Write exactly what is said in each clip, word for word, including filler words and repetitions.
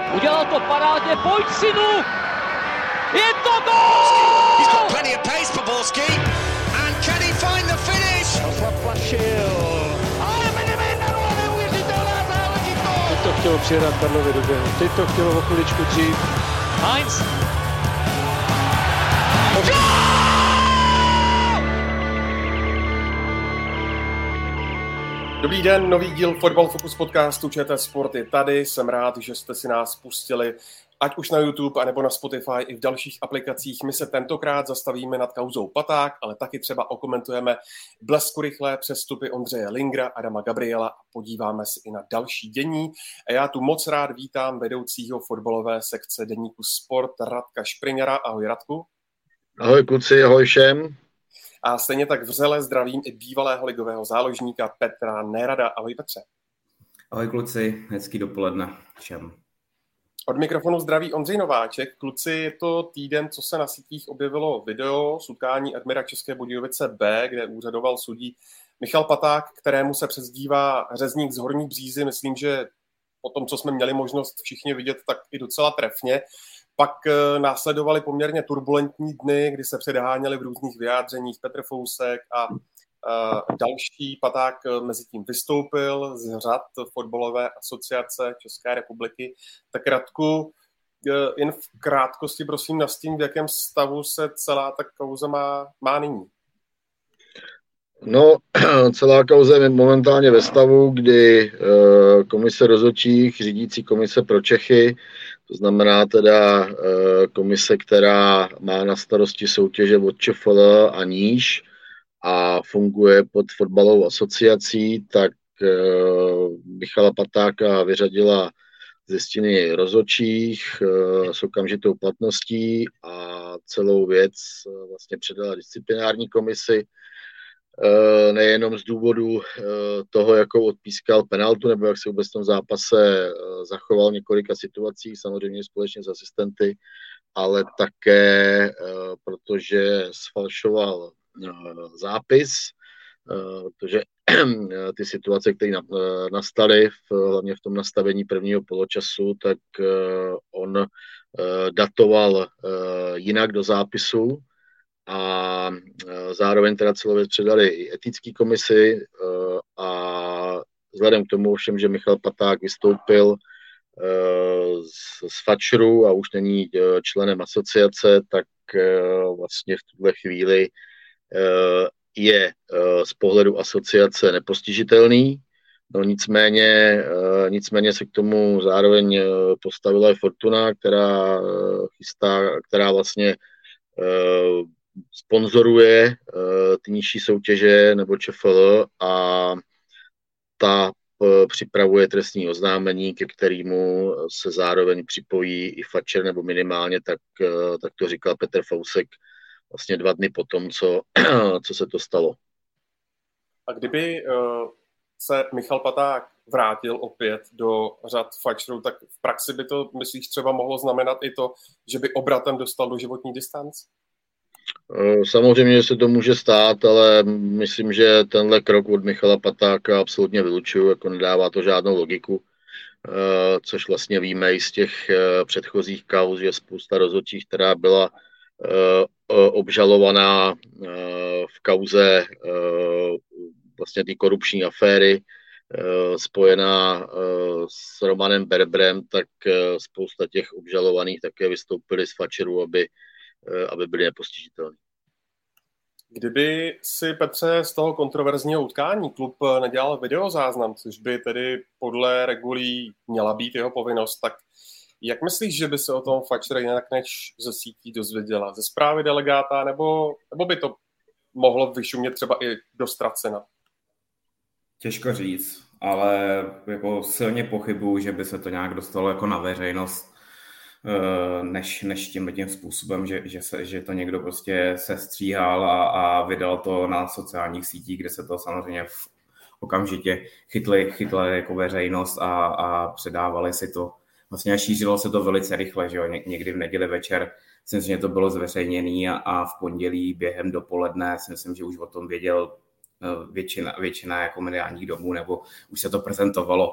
Udělal to parádně, pojď synu! Je to gól! He's got plenty of pace for Borski. And can he find the finish? Zaplašil. Ale Benevenero, neuvěřitelná záležitost! Teď to chtělo přijedat Karlovi do běhu, teď to chtělo o chviličku dřív. Heinz! Dobrý den, nový díl Fotbal Focus podcastu ČT Sport je tady. Jsem rád, že jste si nás pustili, ať už na YouTube, anebo na Spotify i v dalších aplikacích. My se tentokrát zastavíme nad kauzou Paták, ale taky třeba okomentujeme blesku rychlé přestupy Ondřeje Lingra, Adama Gabriela a podíváme se i na další dění. A já tu moc rád vítám vedoucího fotbalové sekce deníku Sport Radka Špriňara. Ahoj Radku. Ahoj kluci, ahoj všem. A stejně tak vřele zdravím i bývalého ligového záložníka Petra Nerada. Ahoj Petře. Ahoj kluci, hezký dopoledne všem. Od mikrofonu zdraví Ondřej Nováček. Kluci, je to týden, co se na sítích objevilo video z utkání Admira České Budějovice B, kde úřadoval sudí Michal Paták, kterému se přezdívá řezník z Horní Břízy. Myslím, že po tom, co jsme měli možnost všichni vidět, tak i docela trefně. Pak následovaly poměrně turbulentní dny, kdy se předháněli v různých vyjádřeních Petr Fousek a uh, další. Paták mezi tím vystoupil z řad fotbalové asociace České republiky. Tak Radku, uh, jen v krátkosti prosím nastíň, v jakém stavu se celá ta kauza má, má nyní. No, celá kauza je momentálně ve stavu, kdy uh, komise rozhodčích, řídící komise pro Čechy, to znamená teda uh, komise, která má na starosti soutěže od ČFL a níž a funguje pod fotbalovou asociací, tak uh, Michala Patáka vyřadila z listiny rozhodčích uh, s okamžitou platností a celou věc uh, vlastně předala disciplinární komisi. Nejenom z důvodu toho, jakou odpískal penaltu, nebo jak se vůbec v tom zápase zachoval v několika situacích, samozřejmě společně s asistenty, ale také protože sfalšoval zápis, protože ty situace, které nastaly, hlavně v tom nastavení prvního poločasu, tak on datoval jinak do zápisu, a zároveň teda celou věc předali i etické komisi a vzhledem k tomu všem, že Michal Paták vystoupil z, z Fatscheru a už není členem asociace, tak vlastně v tuhle chvíli je z pohledu asociace nepostižitelný. No nicméně, nicméně se k tomu zároveň postavila i Fortuna, která chystá, která vlastně sponzoruje uh, ty nižší soutěže nebo ČFL a ta uh, připravuje trestní oznámení, ke kterému se zároveň připojí i Fatscher, nebo minimálně tak, uh, tak to říkal Petr Fousek vlastně dva dny po tom, co, co se to stalo. A kdyby uh, se Michal Paták vrátil opět do řad Fatscheru, tak v praxi by to, myslíš, třeba mohlo znamenat i to, že by obratem dostal do životní distanc? Samozřejmě, že se to může stát, ale myslím, že tenhle krok od Michala Patáka absolutně vylučuju, jako nedává to žádnou logiku, což vlastně víme i z těch předchozích kauz, že spousta rozhodčích, která byla obžalovaná v kauze vlastně ty korupční aféry spojená s Romanem Berbrem, tak spousta těch obžalovaných také vystoupili z Fatscheru, aby aby byli nepostižitelní. Kdyby si, Petře, z toho kontroverzního utkání klub nedělal videozáznam, což by tedy podle regulí měla být jeho povinnost, tak jak myslíš, že by se o tom Fatscher jinak než ze sítí dozvěděla? Ze zprávy delegáta, nebo, nebo by to mohlo vyšumět třeba i do Stracena? Těžko říct, ale jako silně pochybuju, že by se to nějak dostalo jako na veřejnost, než, než tím, tím způsobem, že, že, se, že to někdo prostě se stříhal a, a vydal to na sociálních sítích, kde se to samozřejmě v, okamžitě chytli, chytli jako veřejnost a, a předávali si to. Vlastně šířilo se to velice rychle, že jo? Ně, někdy v neděli večer si myslím, že to bylo zveřejněné a, a v pondělí během dopoledne si myslím, že už o tom věděl většina, většina jako mediálních domů, nebo už se to prezentovalo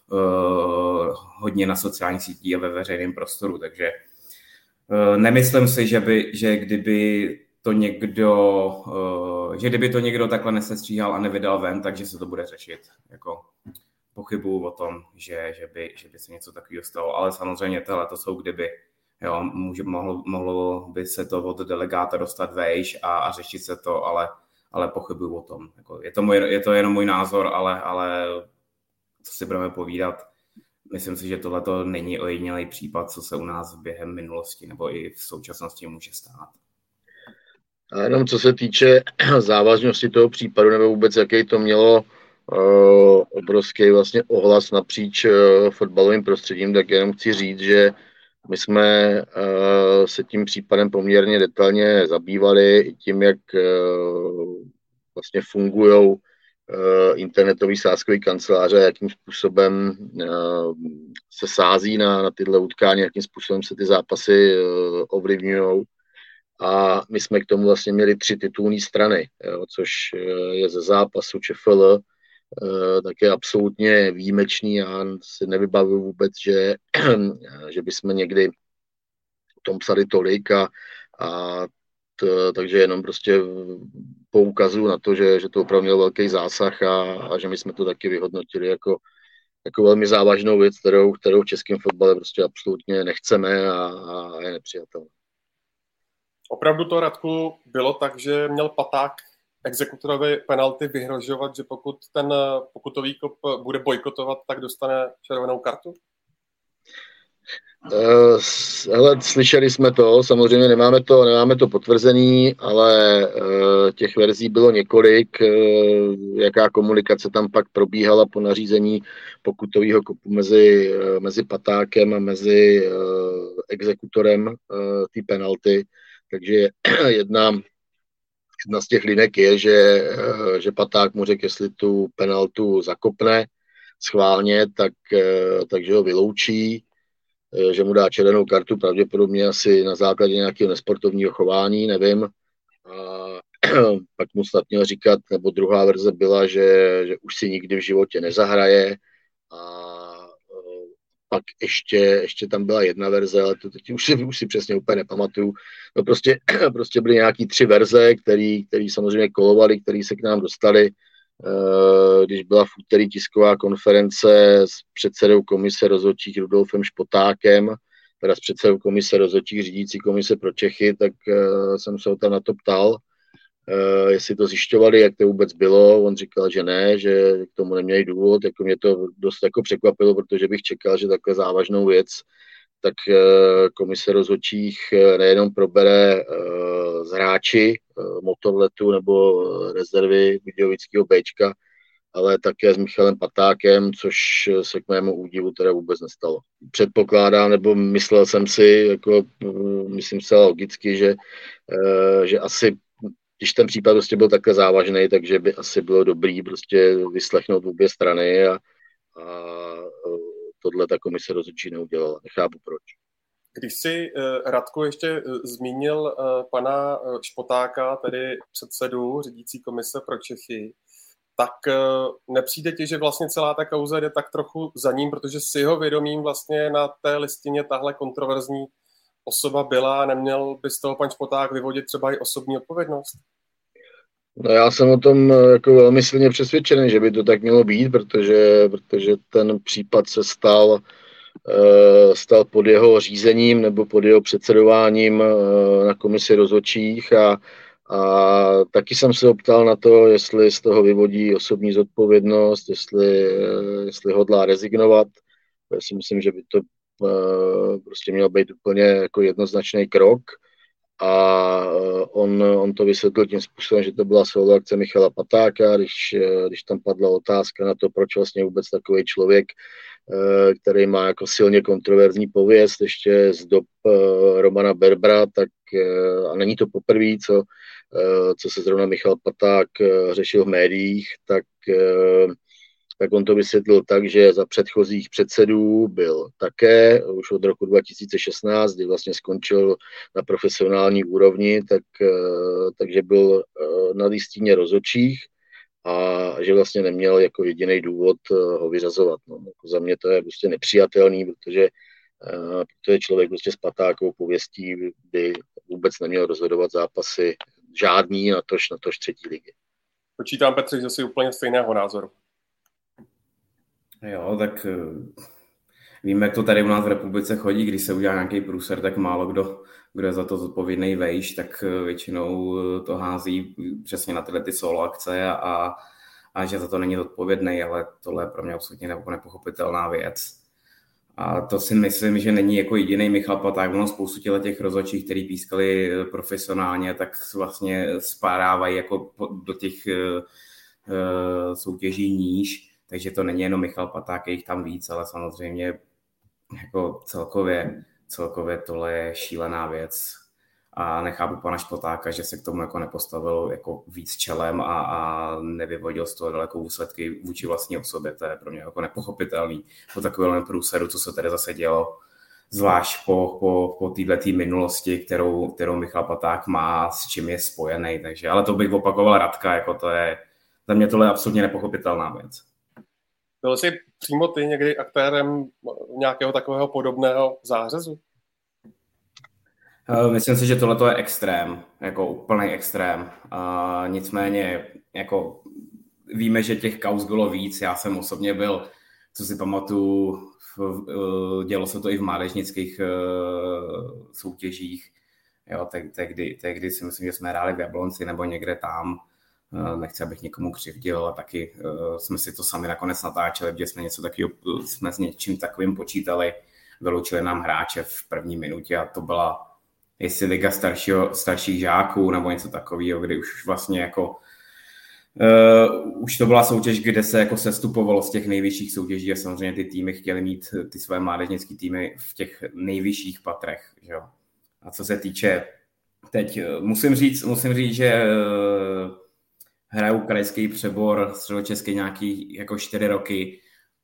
uh, hodně na sociálních sítích a ve veřejném prostoru, takže uh, nemyslím si, že, by, že kdyby to někdo, uh, že kdyby to někdo takhle nesestříhal a nevydal ven, takže se to bude řešit. Jako pochybuju o tom, že, že, by, že by se něco takového stalo, ale samozřejmě tohle to jsou kdyby. Jo, může, mohlo, mohlo by se to od delegáta dostat vejš a, a řešit se to, ale, ale pochybuju o tom. Jako, je, to můj, je to jenom můj názor, ale, ale co si budeme povídat, myslím si, že tohleto není ojedinělý případ, co se u nás během minulosti nebo i v současnosti může stát. A jenom co se týče závažnosti toho případu, nebo vůbec jaký to mělo uh, obrovský vlastně ohlas napříč uh, fotbalovým prostředím, tak jenom chci říct, že my jsme uh, se tím případem poměrně detailně zabývali i tím, jak uh, vlastně fungují uh, internetové sázkové kanceláře, jakým způsobem uh, se sází na, na tyhle utkání, jakým způsobem se ty zápasy uh, ovlivňují. A my jsme k tomu vlastně měli tři titulní strany, jo, což je ze zápasu ČFL, tak je absolutně výjimečný. Já si nevybavuju vůbec, že, že bychom někdy o tom psali tolik a, a t, takže jenom prostě poukazuju na to, že, že to opravdu měl velký zásah a, a že my jsme to taky vyhodnotili jako, jako velmi závažnou věc, kterou, kterou v českém fotbale prostě absolutně nechceme a, a je nepřijatelná. Opravdu to, Radku, bylo tak, že měl Paták exekutorovi penalty vyhrožovat, že pokud ten pokutový kop bude bojkotovat, tak dostane červenou kartu? Uh, hele, slyšeli jsme to, samozřejmě nemáme to, nemáme to potvrzený, ale uh, těch verzí bylo několik, uh, jaká komunikace tam pak probíhala po nařízení pokutového kopu mezi, uh, mezi Patákem a mezi uh, exekutorem uh, té penalty. Takže jedna, jedna z těch linek je, že, že Paták mu řekl, jestli tu penaltu zakopne schválně, tak, takže ho vyloučí, že mu dá červenou kartu, pravděpodobně asi na základě nějakého nesportovního chování, nevím. A pak mu snad měl říkat, nebo druhá verze byla, že, že už si nikdy v životě nezahraje. A pak ještě, ještě tam byla jedna verze, ale to teď už si, už si přesně úplně nepamatuju. No prostě, prostě byly nějaký tři verze, které samozřejmě kolovaly, které se k nám dostaly. Když byla v úterý tisková konference s předsedou komise rozhodčích Rudolfem Špotákem, teda s předsedou komise rozhodčích řídící komise pro Čechy, tak jsem se ho tam na to ptal, jestli to zjišťovali, jak to vůbec bylo. On říkal, že ne, že k tomu neměli důvod. Jako mě to dost jako překvapilo, protože bych čekal, že takhle závažnou věc tak komise rozhodčích nejenom probere z hráči Motorletu nebo rezervy Budějovického Béčka, ale také s Michalem Patákem, což se k mému údivu teda vůbec nestalo. Předpokládám, nebo myslel jsem si, jako myslím se logicky, že, že asi když ten případ prostě byl takhle závažný, takže by asi bylo dobrý prostě vyslechnout obě strany a, a tohle ta komise rozhodčí neudělala. Nechápu proč. Když si, Radku, ještě zmínil pana Špotáka, tedy předsedu řídící komise pro Čechy, tak nepřijde ti, že vlastně celá ta kauza jde tak trochu za ním, protože s jeho vědomím vlastně na té listině tahle kontroverzní osoba byla, neměl by z toho pan Špoták vyvodit třeba i osobní odpovědnost? No já jsem o tom jako velmi silně přesvědčený, že by to tak mělo být, protože, protože ten případ se stal, stal pod jeho řízením nebo pod jeho předsedováním na komisi rozhodčích a, a taky jsem se optal na to, jestli z toho vyvodí osobní zodpovědnost, jestli, jestli hodlá rezignovat. Já si myslím, že by to prostě měl být úplně jako jednoznačný krok a on, on to vysvětlil tím způsobem, že to byla solo akce Michala Patáka, když, když tam padla otázka na to, proč vlastně vůbec takový člověk, který má jako silně kontroverzní pověst ještě z dob Romana Berbera, tak a není to poprvé, co, co se zrovna Michal Paták řešil v médiích, tak tak on to vysvětlil tak, že za předchozích předsedů byl také už od roku dva tisíce šestnáct, kdy vlastně skončil na profesionální úrovni, tak, takže byl na listině rozhodčích a že vlastně neměl jako jediný důvod ho vyřazovat. No. Jako za mě to je prostě nepřijatelný, protože, protože člověk prostě s patákovou pověstí by vůbec neměl rozhodovat zápasy žádný, natož, natož třetí ligy. Počítám, Petře, že jsi úplně stejného názoru. Jo, tak víme, jak to tady u nás v republice chodí, když se udělá nějaký průser, tak málo kdo, kdo je za to zodpovědný vejš, tak většinou to hází přesně na tyhle ty solo akce a, a že za to není zodpovědný, ale tohle je pro mě absolutně nepochopitelná věc. A to si myslím, že není jako jediný Michal Paták, ono spoustu těch rozhodčích, který pískali profesionálně, tak vlastně spárávají jako do těch uh, soutěží níž, takže to není jenom Michal Paták, je jich tam víc, ale samozřejmě jako celkově, celkově tohle je šílená věc a nechápu pana Špotáka, že se k tomu jako nepostavil jako víc čelem a, a nevyvodil z toho daleko úsledky vůči vlastní osobě. To je pro mě jako nepochopitelný po takovém průseru, co se tady zase dělo, zvlášť po, po, po této minulosti, kterou, kterou Michal Paták má, s čím je spojený. Takže, ale to bych opakoval Radka, jako to je, za mě tohle je absolutně nepochopitelná věc. Byl jsi přímo ty někdy aktérem nějakého takového podobného zářezu? Myslím si, že tohle je extrém, jako úplný extrém. Uh, nicméně, jako víme, že těch kauz bylo víc. Já jsem osobně byl, co si pamatuju, uh, dělo se to i v mládežnických uh, soutěžích. Jo, te- tehdy, tehdy si myslím, že jsme hráli v Jablonci nebo někde tam. Uh, nechci, abych někomu křivdil, ale taky uh, jsme si to sami nakonec natáčeli, protože jsme něco takového, jsme s něčím takovým počítali. Vyloučili nám hráče v první minutě a to byla jestli liga staršího, starších žáků nebo něco takového, kdy už vlastně jako uh, už to byla soutěž, kde se jako sestupovalo z těch nejvyšších soutěží a samozřejmě ty týmy chtěly mít ty své mládežnické týmy v těch nejvyšších patrech. Že? A co se týče teď, musím říct, musím říct, že uh, hraju krajský přebor středočeský nějaký jako čtyři roky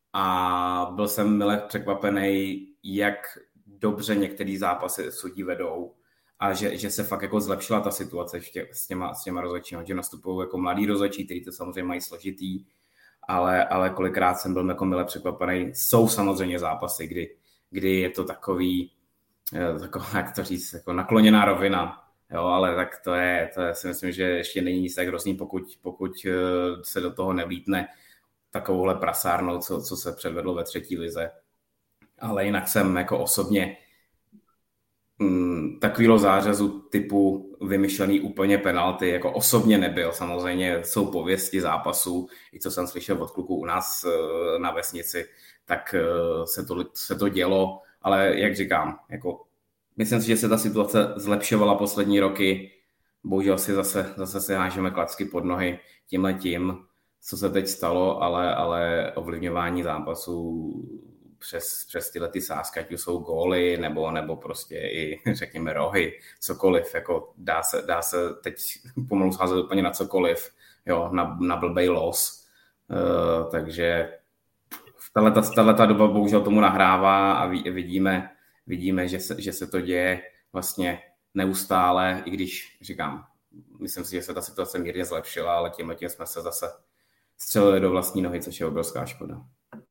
a byl jsem mile překvapený, jak dobře některé zápasy sudí vedou a že, že se fakt jako zlepšila ta situace tě, s těma, s těma rozhodčíma, že nastupují jako mladí rozhodčí, kteří to samozřejmě mají složitý, ale, ale kolikrát jsem byl jako mile překvapený. Jsou samozřejmě zápasy, kdy, kdy je to takový, taková, jak to říct, jako nakloněná rovina, jo, ale tak to je, to je, si myslím, že ještě není nic tak hrozný, pokud, pokud se do toho nevlítne takovouhle prasárnou, co, co se předvedlo ve třetí lize. Ale jinak jsem jako osobně mm, takovýho zářezu typu vymyšlený úplně penalty, jako osobně nebyl. Samozřejmě jsou pověsti zápasů, i co jsem slyšel od kluků u nás na vesnici, tak se to, se to dělo, ale jak říkám, jako myslím si, že se ta situace zlepšovala poslední roky, bohužel si zase, zase se hážeme klacky pod nohy tímhletím, co se teď stalo, ale, ale ovlivňování zápasů přes, přes tyhle ty sázky, ať jsou góly, nebo, nebo prostě i, řekněme, rohy, cokoliv, jako dá se, dá se teď pomalu scházet úplně na cokoliv, jo, na, na blbej los, uh, takže tato doba bohužel tomu nahrává a vidíme, vidíme že, se, že se to děje vlastně neustále, i když, říkám, myslím si, že se ta situace mírně zlepšila, ale tímhle tím jsme se zase střelili do vlastní nohy, což je obrovská škoda.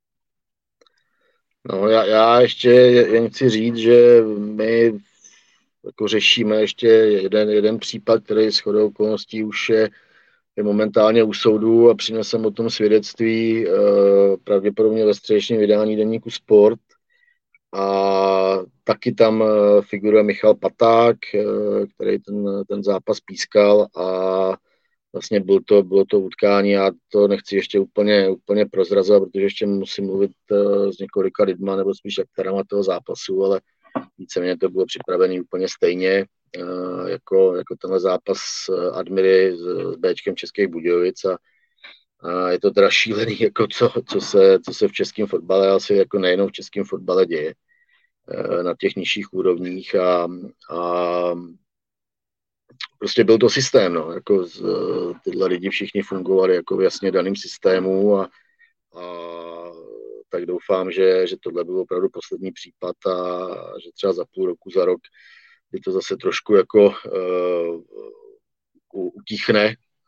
No já, já ještě jen chci říct, že my jako řešíme ještě jeden, jeden případ, který shodou okolností už je, je momentálně u soudu a přinesem o tom svědectví eh, pravděpodobně ve středečním vydání deníku Sport. A taky tam figuruje Michal Paták, eh, který ten, ten zápas pískal a vlastně bylo to, bylo to utkání, já to nechci ještě úplně, úplně prozrazovat, protože ještě musím mluvit uh, s několika lidma, nebo spíš aktérama toho zápasu, ale víceméně to bylo připravené úplně stejně, uh, jako, jako tenhle zápas Admiry s, s Béčkem Českých Budějovic a, a je to teda šílený, jako co, co, se, co se v českém fotbale, asi jako nejenom v českém fotbale děje, uh, na těch nižších úrovních a, a prostě byl to systém, no, jako z, tyhle lidi všichni fungovali jako v jasně daným systému a, a tak doufám, že, že tohle byl opravdu poslední případ a že třeba za půl roku, za rok, kdy to zase trošku jako uh, utichne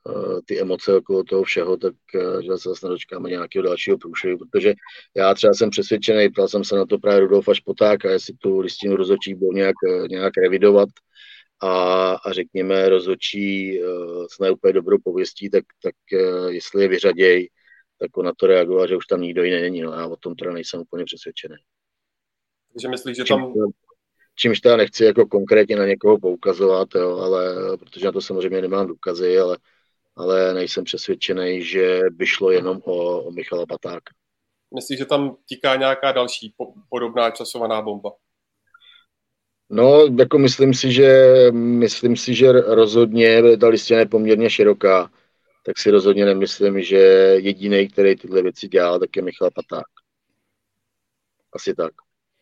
ty emoce okolo toho všeho, tak že se zase nedočkáme nějakého dalšího průšvihu, protože já třeba jsem přesvědčený, ptal jsem se na to právě Rudolfa Špotáka, jestli tu listinu rozhodčích byl nějak, nějak revidovat a, a řekněme rozhodčí s ne úplně dobrou pověstí, tak, tak jestli je vyřaděj, tak on na to reagoval, že už tam nikdo jiný není, no já o tom teda nejsem úplně přesvědčený. Takže myslíš, že tam... Čímž teda nechci jako konkrétně na někoho poukazovat, jo, ale, protože na to samozřejmě nemám důkazy, ale, ale nejsem přesvědčený, že by šlo jenom o, o Michala Patáka. Myslíš, že tam tíká nějaká další po, podobná časovaná bomba? No, jako myslím si, že myslím si, že rozhodně ta listina je poměrně široká, tak si rozhodně nemyslím, že jediný, který tyhle věci dělal, tak je Michal Paták. Asi tak.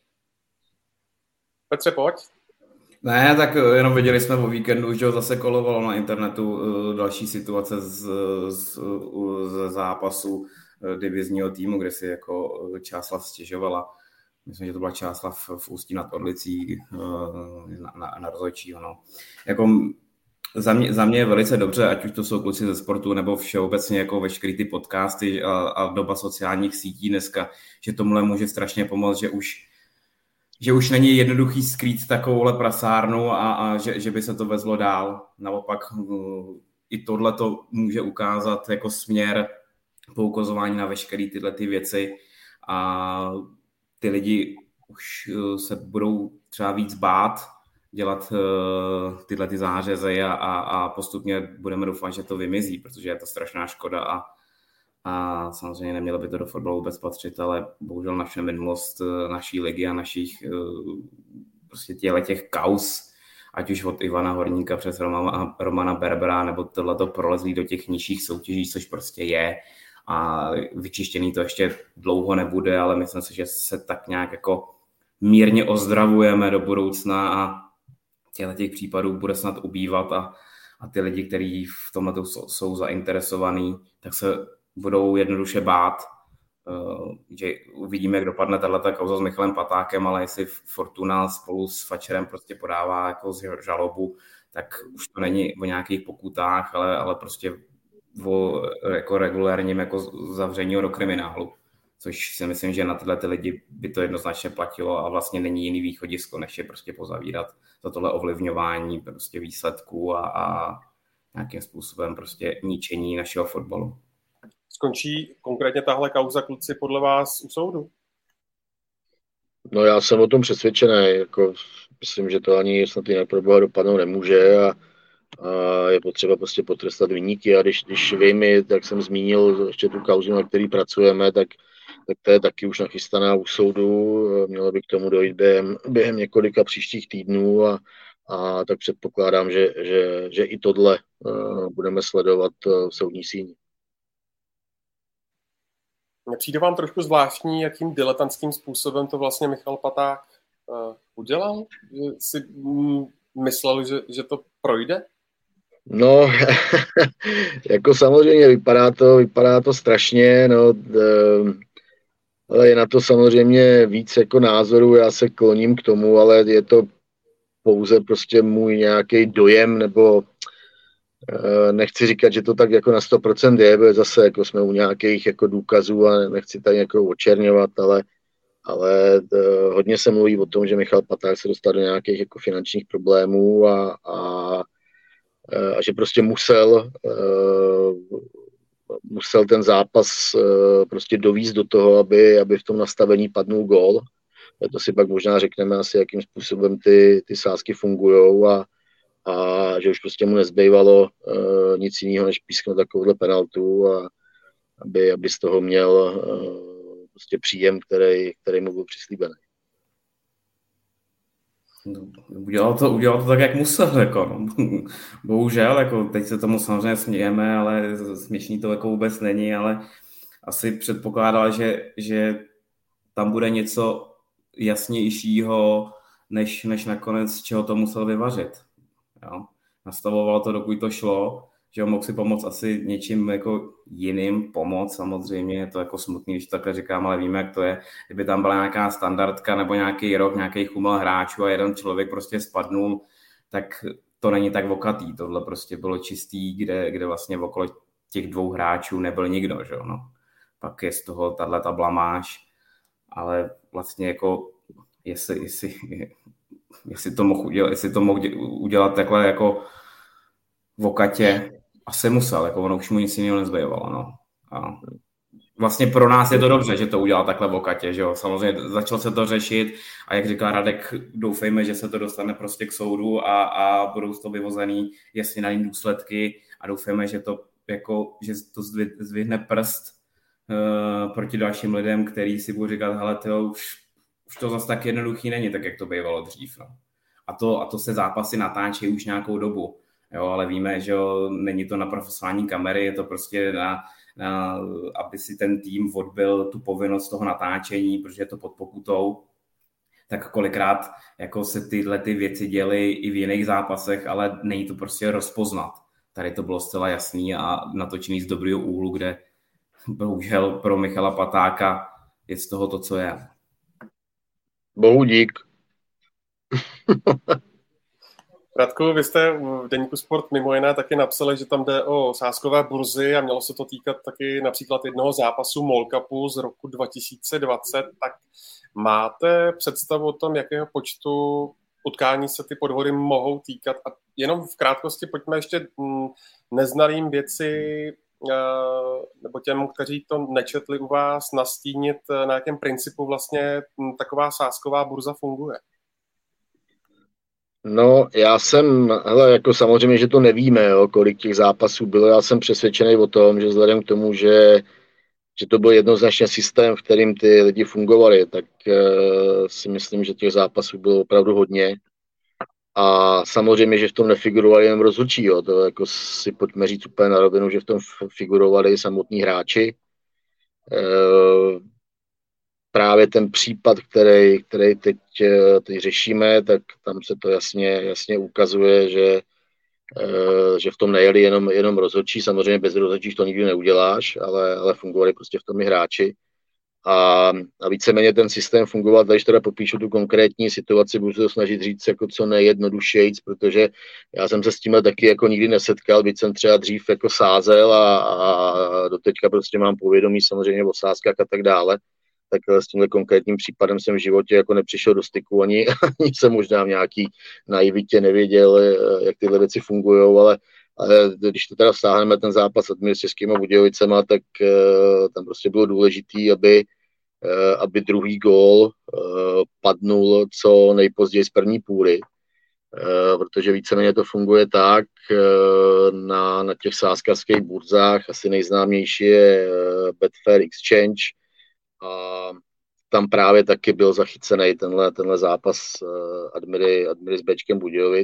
Petře, pojď. Ne, tak jenom viděli jsme o víkendu, že zase kolovalo na internetu další situace z, z, z zápasu divizního týmu, kde si jako Čáslav stěžovala. Myslím, že to byla Čáslav v Ústí nad Orlicí na, na, na rozhodčího. No. Jako za mě, za mě je velice dobře, ať už to jsou kluci ze sportu, nebo všeobecně jako veškerý ty podcasty a, a doba sociálních sítí dneska, že tomuhle může strašně pomoct, že už že už není jednoduchý skrýt takovouhle prasárnu a, a že, že by se to vezlo dál. Naopak i tohle to může ukázat jako směr poukazování na veškeré tyhle ty věci a ty lidi už se budou třeba víc bát dělat tyhle ty zářezy a, a, a postupně budeme doufat, že to vymizí, protože je to strašná škoda a A samozřejmě nemělo by to do fotbalu vůbec patřit, ale bohužel naše minulost naší ligy a našich prostě těle těch kaus, ať už od Ivana Horníka přes Romana, Romana Berbera, nebo tohleto prolezlí do těch nižších soutěží, což prostě je. A vyčištěný to ještě dlouho nebude, ale myslím si, že se tak nějak jako mírně ozdravujeme do budoucna a těchto těch případů bude snad ubývat a, a ty lidi, kteří v tomhle jsou, jsou zainteresovaní, tak se budou jednoduše bát, že uvidíme, jak dopadne tato kauza s Michalem Patákem, ale jestli Fortuna spolu s Fatscherem prostě podává jako žalobu, tak už to není o nějakých pokutách, ale, ale prostě o jako regulérním jako zavření do kriminálu, což si myslím, že na tyhle ty lidi by to jednoznačně platilo a vlastně není jiný východisko, než je prostě pozavírat za tohle ovlivňování prostě výsledků a, a nějakým způsobem prostě ničení našeho fotbalu. Skončí konkrétně tahle kauza, kluci, podle vás u soudu? No já jsem o tom přesvědčený, jako myslím, že to ani snad jinak pro boha dopadnout nemůže a, a je potřeba prostě potrestat viníky a když, když vím, jak jsem zmínil ještě tu kauzu, na který pracujeme, tak, tak to je taky už nachystaná u soudu, mělo by k tomu dojít během, během několika příštích týdnů a, a tak předpokládám, že, že, že i tohle uh, budeme sledovat uh, v soudní síni. Přijde vám trošku zvláštní, jakým diletantským způsobem to vlastně Michal Paták uh, udělal? Že si mm, myslel, že, že to projde? No, jako samozřejmě vypadá to, vypadá to strašně, no, ale je na to samozřejmě víc jako názorů, já se kloním k tomu, ale je to pouze prostě můj nějaký dojem, nebo nechci říkat, že to tak jako na sto procent je, protože zase jako jsme u nějakých jako důkazů a nechci tady jako očerňovat, ale, ale hodně se mluví o tom, že Michal Paták se dostal do nějakých jako finančních problémů a, a, a že prostě musel musel ten zápas prostě dovízt do toho, aby, aby v tom nastavení padnul gól. To si pak možná řekneme asi, jakým způsobem ty, ty sázky fungujou a a že už prostě mu nezbývalo uh, nic jiného, než písknout takovouhle penaltu a aby, aby z toho měl uh, prostě příjem, který, který mu byl přislíbený. Udělal to, udělal to tak, jak musel, jako, no. Bohužel, jako, teď se tomu samozřejmě smějeme, ale směšný to jako vůbec není, ale asi předpokládal, že, že tam bude něco jasnějšího, než, než nakonec, z čeho to musel vyvařit. Jo. Nastavoval to, dokud to šlo, že on mohl si pomoct asi něčím jako jiným pomoct, samozřejmě je to jako smutný, když to takhle říkám, ale víme, jak to je. Kdyby tam byla nějaká standardka nebo nějaký rok, nějaký chumel hráčů a jeden člověk prostě spadnul, tak to není tak vokatý, tohle prostě bylo čistý, kde, kde vlastně okolo těch dvou hráčů nebyl nikdo, že jo, no. Pak je z toho tato blamáž, ale vlastně jako, jestli, jestli, jestli to mohl udělat, jestli to mohl udělat takhle jako vokatě, asi musel, jako ono už mu nic jiného nezbývalo, no. A vlastně pro nás je to dobře, že to udělal takhle v okatě, že jo. Samozřejmě začal se to řešit a jak říkal Radek, doufejme, že se to dostane prostě k soudu a, a budou z toho vyvozený jasně na důsledky a doufejme, že to jako, že to zdvihne prst uh, proti dalším lidem, který si budou říkat, hele, tyjo, už, už to zase tak jednoduchý není, tak jak to bývalo dřív, no. A to, a to se zápasy natáčí už nějakou dobu, jo, ale víme, že jo, není to na profesionální kamery, je to prostě na Na, aby si ten tým odbyl tu povinnost toho natáčení, protože je to pod pokutou, tak kolikrát jako se tyhle ty věci děly i v jiných zápasech, ale není to prostě rozpoznat. Tady to bylo zcela jasný a natočený z dobrého úhlu, kde bohužel pro Michala Patáka je z toho to, co je. Bohu dík. Radku, vy jste v Deníku Sport mimo jiné taky napsali, že tam jde o sázkové burzy a mělo se to týkat taky například jednoho zápasu MOL Cupu z roku dva tisíce dvacet. Tak máte představu o tom, jakého počtu utkání se ty podvody mohou týkat? A jenom v krátkosti pojďme ještě neznalým věci nebo těm, kteří to nečetli u vás, nastínit, na jakém principu vlastně taková sázková burza funguje. No, já jsem, hele, jako samozřejmě, že to nevíme, jo, kolik těch zápasů bylo. Já jsem přesvědčený o tom, že vzhledem k tomu, že, že to byl jednoznačně systém, v kterým ty lidi fungovali, tak uh, si myslím, že těch zápasů bylo opravdu hodně. A samozřejmě, že v tom nefigurovali jen rozhodčí, jo. To jako si pojďme říct úplně na rovinu, že v tom figurovali samotní hráči. Uh, Právě ten případ, který, který teď, teď řešíme, tak tam se to jasně, jasně ukazuje, že, že v tom nejeli jenom, jenom rozhodčí. Samozřejmě bez rozhodčích to nikdy neuděláš, ale, ale fungovali prostě v tom i hráči. A, a víceméně ten systém fungoval, když teda popíšu tu konkrétní situaci, budu se to snažit říct jako co nejjednodušejc, protože já jsem se s tímhle taky jako nikdy nesetkal, byť jsem třeba dřív jako sázel a, a doteďka prostě mám povědomí samozřejmě o sázkách a tak dále. Tak s tímhle konkrétním případem jsem v životě jako nepřišel do styku, ani, ani jsem možná v nějaký naivitě nevěděl, jak tyhle věci fungují, ale, ale když to teda vztáhneme ten zápas s Českýma Budějovicema, tak uh, tam prostě bylo důležitý, aby, uh, aby druhý gól uh, padnul co nejpozději z první půly, uh, protože víceméně to funguje tak uh, na, na těch sázkařských burzách, asi nejznámější je uh, Betfair Exchange, a tam právě taky byl zachycený tenhle, tenhle zápas uh, Admiry, Admiry s Bčkem Budějovic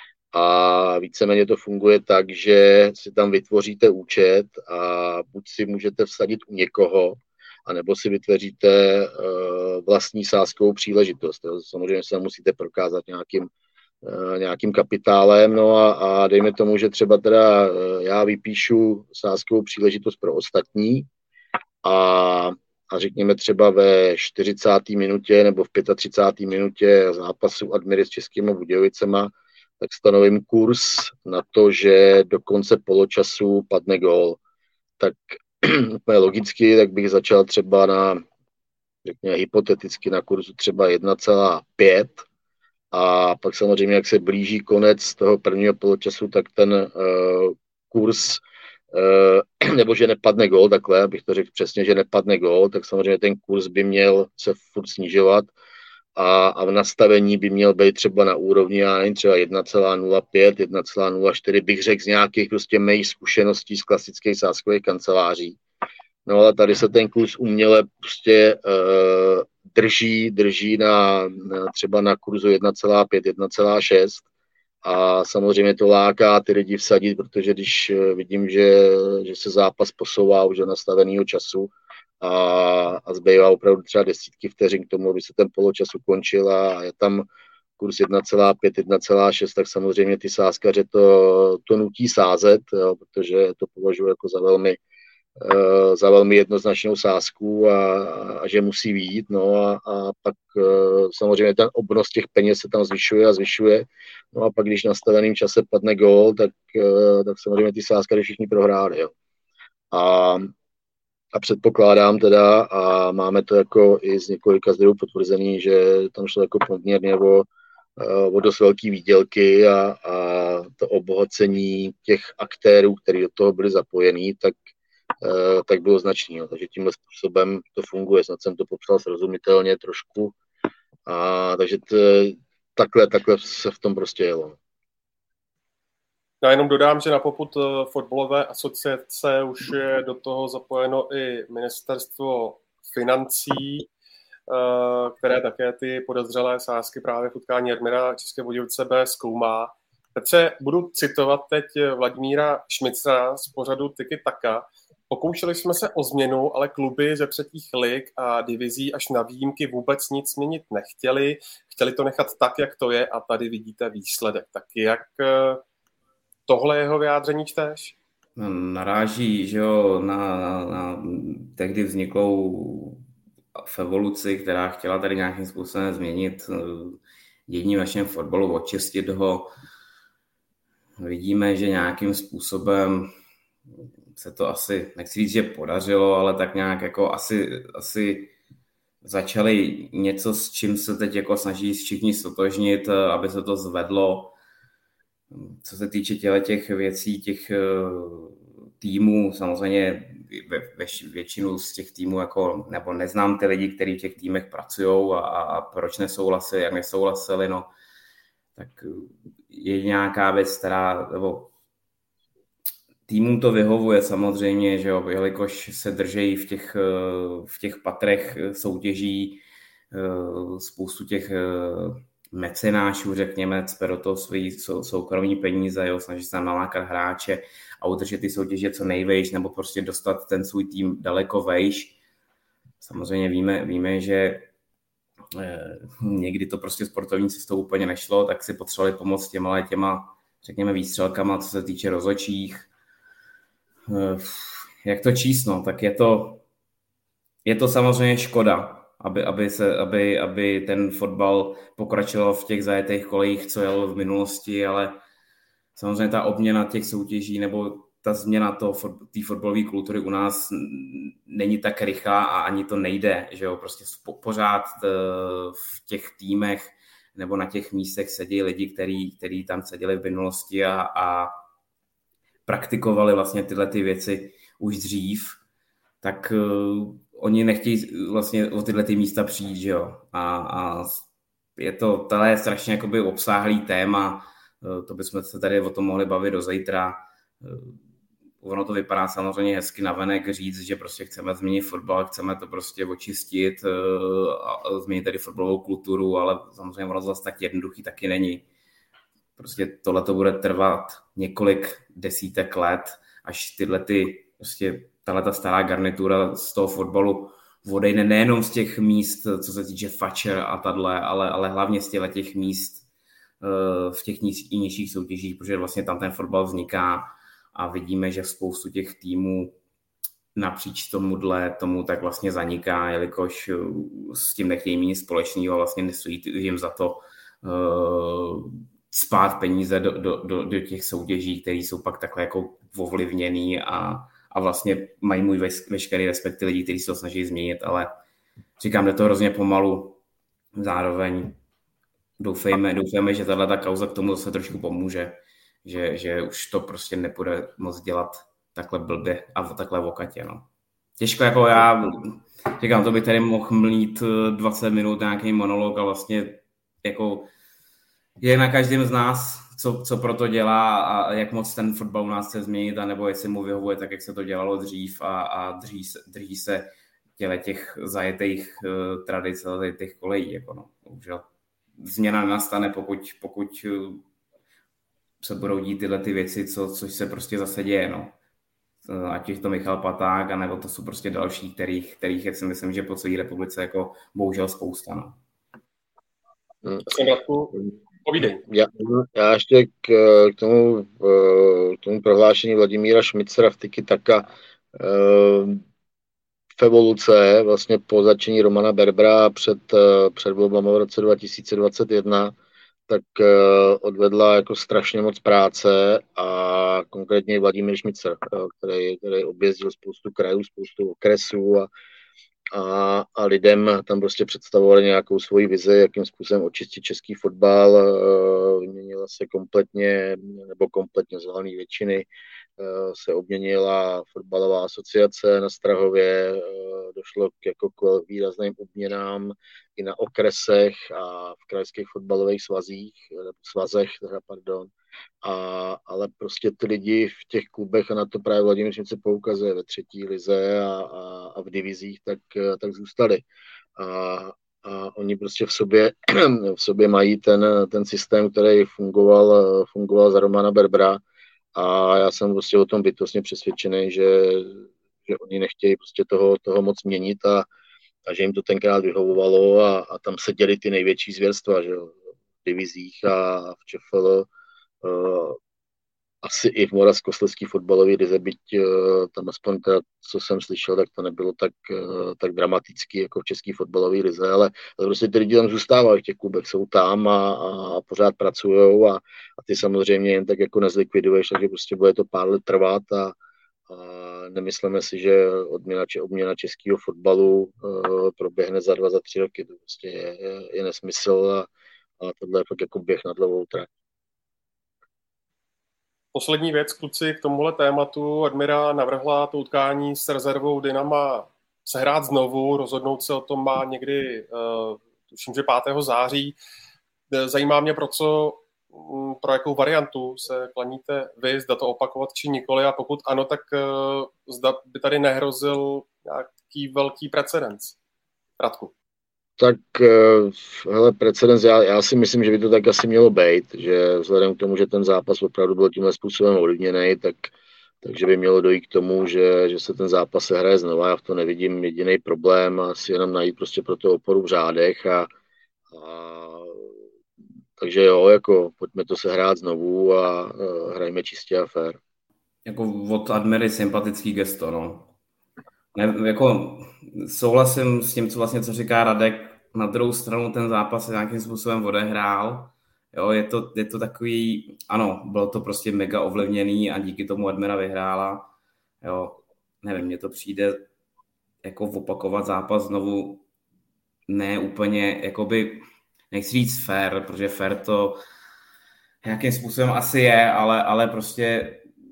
a víceméně to funguje tak, že si tam vytvoříte účet a buď si můžete vsadit u někoho, anebo si vytvoříte uh, vlastní sázkovou příležitost. Samozřejmě se musíte prokázat nějakým, uh, nějakým kapitálem, no a, a dejme tomu, že třeba teda uh, já vypíšu sázkovou příležitost pro ostatní a a řekněme třeba ve čtyřicáté minutě nebo v třicáté pátý minutě zápasu Admiry s Českými Budějovicema, tak stanovím kurz na to, že do konce poločasu padne gól. Tak úplně logicky, tak bych začal třeba na, řekněme hypoteticky na kurzu třeba jedna celá pět a pak samozřejmě, jak se blíží konec toho prvního poločasu, tak ten uh, kurz Uh, nebo že nepadne gól, takhle, abych to řekl přesně, že nepadne gól, tak samozřejmě ten kurz by měl se furt snižovat a, a v nastavení by měl být třeba na úrovni, já nevím, třeba jedna celá nula pět, jedna celá nula čtyři, bych řekl z nějakých prostě mých zkušeností z klasických sázkových kanceláří. No ale tady se ten kurz uměle prostě uh, drží, drží na, na třeba na kurzu jedna celá pět, jedna celá šest. A samozřejmě to láká ty lidi vsadit, protože když vidím, že, že se zápas posouvá už do nastaveného času a, a zbývá opravdu třeba desítky vteřin k tomu, aby se ten poločas ukončil a je tam kurz jedna celá pět, jedna celá šest, tak samozřejmě ty sázkaře to, to nutí sázet, jo, protože to považuji jako za velmi, za velmi jednoznačnou sázku a, a že musí vyjít, no a, a pak samozřejmě ten obnos těch peněz se tam zvyšuje a zvyšuje, no a pak když na nastaveným čase padne gól, tak, tak samozřejmě ty sázky všichni prohráli, jo. A, a předpokládám teda, a máme to jako i z několika zdrojů potvrzený, že tam šlo jako poměrně o, o dost velký výdělky a, a to obohacení těch aktérů, kteří do toho byli zapojení, tak tak bylo značný. Jo. Takže tímhle způsobem to funguje. Snad jsem to popsal srozumitelně trošku. A, takže t, takhle, takhle se v tom prostě jelo. Já jenom dodám, že na popud fotbalové asociace už je do toho zapojeno i ministerstvo financí, které také ty podezřelé sázky právě v utkání Admira České Budějovice B zkoumá. Petře, budu citovat teď Vladimíra Šmicra z pořadu Tiki Taka. Pokoušeli jsme se o změnu, ale kluby ze třetích lig a divizí až na výjimky vůbec nic změnit nechtěli. Chtěli to nechat tak, jak to je a tady vidíte výsledek. Tak jak tohle jeho vyjádření čteš? Naráží, že jo, na, na, na tehdy vzniklou v evoluci, která chtěla tady nějakým způsobem změnit dění v našem fotbalu, očistit ho. Vidíme, že nějakým způsobem se to asi, nechci říct, že podařilo, ale tak nějak jako asi, asi začali něco, s čím se teď jako snaží všichni stotožnit, aby se to zvedlo. Co se týče těch věcí, těch týmů, samozřejmě ve, většinu z těch týmů, jako, nebo neznám ty lidi, kteří v těch týmech pracují a, a proč nesouhlasili, jak nesouhlasili, no, tak je nějaká věc, která, nebo týmům to vyhovuje samozřejmě, že jo, jelikož se držejí v těch, v těch patrech soutěží, spoustu těch mecenášů, řekněme, cpe do toho svý soukromí peníze, jo, snaží se tam nalákat hráče a udržet ty soutěže co nejvejš, nebo prostě dostat ten svůj tým daleko vejš. Samozřejmě víme, víme, že někdy to prostě sportovní cestou úplně nešlo, tak si potřebovali pomoct těma těma, řekněme, výstřelkama, co se týče rozhodčích. Jak to číst, no, tak je to, je to samozřejmě škoda, aby, aby, se, aby, aby ten fotbal pokračoval v těch zajetých kolejích, co jel v minulosti, ale samozřejmě ta obměna těch soutěží nebo ta změna té fotbalové kultury u nás není tak rychlá a ani to nejde, že jo, prostě pořád v těch týmech nebo na těch místech sedí lidi, který, který tam seděli v minulosti a, a praktikovali vlastně tyhle ty věci už dřív, tak uh, oni nechtějí vlastně o tyhle ty místa přijít, že jo. A, a je to, tohle je strašně jakoby obsáhlý téma, uh, to bychom se tady o tom mohli bavit do zítra. Uh, ono to vypadá samozřejmě hezky navenek říct, že prostě chceme změnit fotbal, chceme to prostě očistit uh, a změnit tady fotbalovou kulturu, ale samozřejmě ono zase tak jednoduchý taky není. Prostě tohle to bude trvat několik desítek let, až tyhle ty, prostě tahleta stará garnitura z toho fotbalu odejde nejenom z těch míst, co se týče fačer a tadle, ale, ale hlavně z těch míst v těch i nižších soutěžích, protože vlastně tam ten fotbal vzniká a vidíme, že spoustu těch týmů napříč tomuhle tomu tak vlastně zaniká, jelikož s tím nechtějí mít nic společného a vlastně nestojí jim za to uh, spát peníze do, do, do, do těch soutěží, které jsou pak takhle jako ovlivněný a, a vlastně mají můj veš, veškerý respekt lidí, kteří se to snaží změnit, ale říkám, jde to hrozně pomalu. Zároveň doufejme, doufejme, že tato kauza k tomu se trošku pomůže, že, že už to prostě nepůjde moc dělat takhle blbě a takhle vokatě, no. Těžko, jako já říkám, to by tady mohl mlít dvacet minut nějaký monolog a vlastně jako je na každém z nás, co, co pro to dělá a jak moc ten fotbal u nás chce změnit, anebo jestli mu vyhovuje tak, jak se to dělalo dřív a, a drží, se, drží se těle těch zajetých uh, tradic, zajetých kolejí. Jako no. Bohužel změna nastane, pokud, pokud uh, se budou dít tyhle ty věci, co, což se prostě zase děje. No. Uh, ať je to Michal Paták, anebo to jsou prostě další, kterých, kterých jak si myslím, že po celé republice jako bohužel spousta. No. Hmm. Já, já ještě k, k, tomu, k tomu prohlášení Vladimíra Šmicera v Tiki Taka v evoluce, vlastně po začení Romana Berbera před, před volbami v roce dva tisíce dvacet jedna, tak odvedla jako strašně moc práce a konkrétně Vladimír Šmicer, který, který objezdil spoustu krajů, spoustu okresů a, a, a lidem tam prostě představovali nějakou svoji vizi, jakým způsobem očistit český fotbal, vyměnila se kompletně, nebo kompletně z valné většiny, se obměnila fotbalová asociace na Strahově, došlo k, jako k výrazným obměnám i na okresech a v krajských fotbalových svazích, svazech, teda, pardon. A, ale prostě ty lidi v těch klubech, a na to právě Vladimír Šmicer poukazuje, ve třetí lize a, a, a v divizích, tak, tak zůstali. A, a oni prostě v sobě, v sobě mají ten, ten systém, který fungoval, fungoval za Romana Berbera. A já jsem prostě o tom bytostně přesvědčený, že, že oni nechtějí prostě toho, toho moc měnit a, a že jim to tenkrát vyhovovalo a, a tam se děly ty největší zvěrstva, že jo, v divizích a v ČFL. Uh, asi i v Moravskoslezský fotbalový lize, byť uh, tam aspoň teda, co jsem slyšel, tak to nebylo tak, uh, tak dramatický jako v český fotbalový lize, ale, ale prostě ty lidi tam zůstávají v těch klubech, jsou tam a, a pořád pracujou a, a ty samozřejmě jen tak jako nezlikviduješ, takže prostě bude to pár let trvat a, a nemyslíme si, že odměna, či obměna českého fotbalu uh, proběhne za dva, za tři roky, to prostě je, je, je nesmysl a, a tohle je fakt jako běh na dlouhou trať. Poslední věc, kluci, k tomuhle tématu. Admira navrhla to utkání s rezervou Dynama sehrát znovu, rozhodnout se o tom má někdy, uh, tuším, že pátého září. Zajímá mě, pro co, pro jakou variantu se klaníte vy, zda to opakovat či nikoli, a pokud ano, tak uh, zda by tady nehrozil nějaký velký precedens. Radku. Tak hele, precedens, já, já si myslím, že by to tak asi mělo být, že vzhledem k tomu, že ten zápas opravdu byl tímhle způsobem ovlivněný, tak, takže by mělo dojít k tomu, že, že se ten zápas se hraje znova. Já v tom nevidím jediný problém, asi jenom najít prostě pro to oporu v řádech a, a takže jo, jako pojďme to se hrát znovu a, a hrajme čistě a fér. Jako od Admiry sympatický gesto, no. Ne, jako souhlasím s tím, co vlastně co říká Radek. Na druhou stranu ten zápas se nějakým způsobem odehrál. Jo, je to, je to takový, ano, bylo to prostě mega ovlivněný a díky tomu Admira vyhrála. Jo, nevím, mně to přijde jako opakovat zápas znovu ne úplně, jakoby, nechci říct fair, protože fair to nějakým způsobem asi je, ale, ale prostě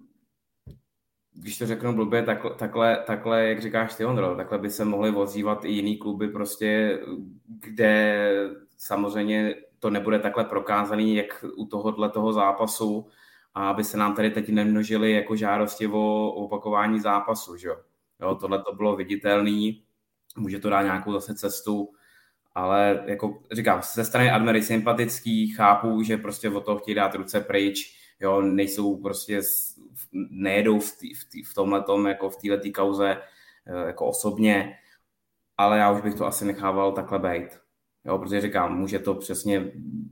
když to řeknu blbě, takhle, takhle, takhle, jak říkáš ty, Ondro, takhle by se mohly ozývat i jiný kluby prostě, kde samozřejmě to nebude takhle prokázaný, jak u tohohle toho zápasu, a aby se nám tady teď nemnožili jako žádosti o opakování zápasu, že jo. Jo, tohle to bylo viditelný, může to dát nějakou zase cestu, ale jako říkám, ze strany Admiry sympatický, chápu, že prostě od toho chtějí dát ruce pryč, jo, nejsou prostě, nejedou v, tý, v, tý, v tomhletom, jako v této kauze jako osobně, ale já už bych to asi nechával takhle bejt. Jo, protože říkám, může to přesně,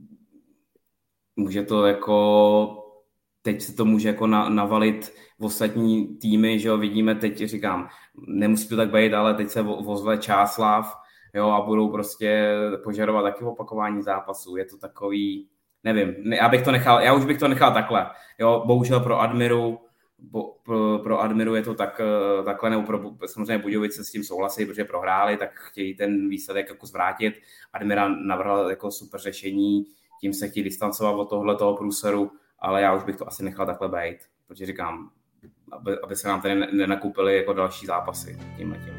může to jako, teď se to může jako na, navalit v ostatní týmy, že jo, vidíme teď, říkám, nemusí to tak bejt, ale teď se vozve Čáslav, jo, a budou prostě požadovat taky opakování zápasů. Je to takový, nevím, já bych to nechal, já už bych to nechal takhle. Jo, bohužel pro Admiru, bo, pro, pro Admiru je to tak, takhle, nebo pro, samozřejmě Budějovice s tím souhlasí, protože prohráli, tak chtějí ten výsledek jako zvrátit. Admira navrhla jako super řešení, tím se chtějí distancovat od tohletoho průseru, ale já už bych to asi nechal takhle bejt, protože říkám, aby, aby se nám tady nenakupili jako další zápasy tímhle tím.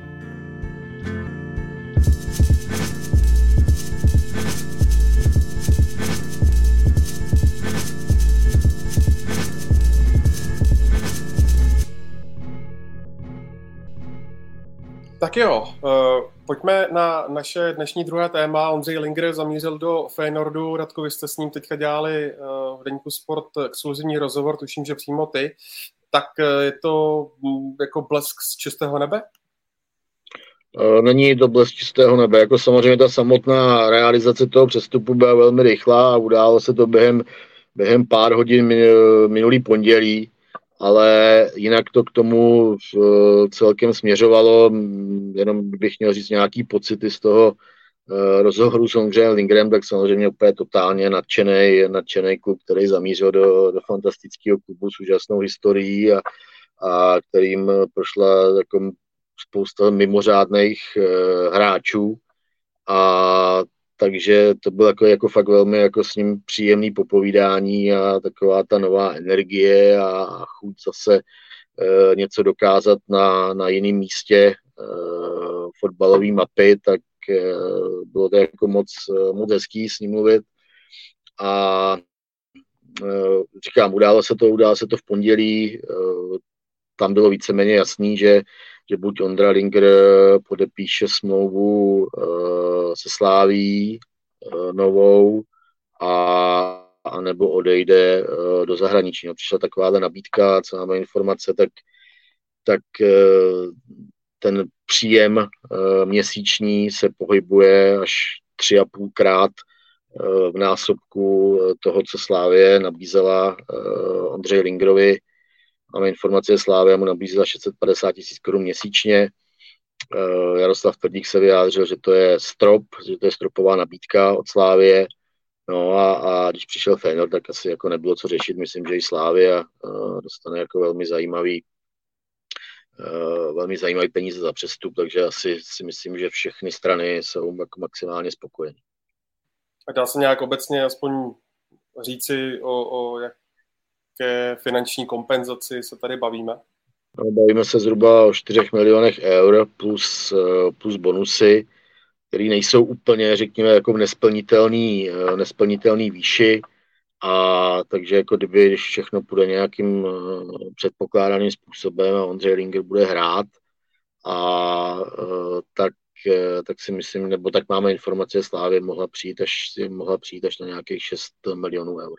Tak jo, uh, pojďme na naše dnešní druhé téma. Ondřej Linger zamířil do Feyenoordu. Radko, vy jste s ním teďka dělali uh, v Deníku Sport exkluzivní rozhovor, tuším, že přímo ty. Tak uh, je to um, jako blesk z čistého nebe? Uh, není to blesk čistého nebe. Jako samozřejmě ta samotná realizace toho přestupu byla velmi rychlá a událo se to během, během pár hodin minulý pondělí. ale jinak to k tomu celkem směřovalo. Jenom bych měl říct nějaký pocity z toho rozhovoru s Ondřejem Lingrem, tak samozřejmě úplně totálně nadšený, nadšený klub, který zamířil do, do fantastického klubu s úžasnou historií a, a kterým prošla jako spousta mimořádných uh, hráčů. A takže to bylo jako, jako fakt velmi jako s ním příjemný popovídání a taková ta nová energie a, a chuť zase uh, něco dokázat na, na jiném místě uh, fotbalové mapy, tak bylo to jako moc, moc hezký s ním mluvit a říkám, událo se to, událo se to v pondělí, tam bylo víceméně jasný, že, že buď Ondra Linger podepíše smlouvu se Slaví novou a, a nebo odejde do zahraničí. No, přišla takováhle nabídka, co máme informace, tak, tak ten příjem uh, měsíční se pohybuje až tři a půlkrát uh, v násobku toho, co Slavie nabízela uh, Ondřeji Lingerovi. Máme informace, že Slavia mu nabízela šest set padesát tisíc korun měsíčně. Uh, Jaroslav Tvrdík se vyjádřil, že to je strop, že to je stropová nabídka od Slavie. No a, a když přišel Feyenoord, tak asi jako nebylo co řešit. Myslím, že i Slavia uh, dostane jako velmi zajímavý Uh, velmi zajímavé peníze za přestup, takže asi si myslím, že všechny strany jsou jako maximálně spokojení. A dá se nějak obecně aspoň říci, o, o jaké finanční kompenzaci se tady bavíme? No, bavíme se zhruba o čtyřech milionech eur plus, plus bonusy, které nejsou úplně, řekněme, jako v nesplnitelný, nesplnitelný výši. A takže jako kdyby, když všechno půjde nějakým uh, předpokládaným způsobem a Ondřej Linger bude hrát, a uh, tak, uh, tak si myslím, nebo tak máme informace, že Slavie mohla přijít až, mohla přijít až na nějakých šest milionů eur.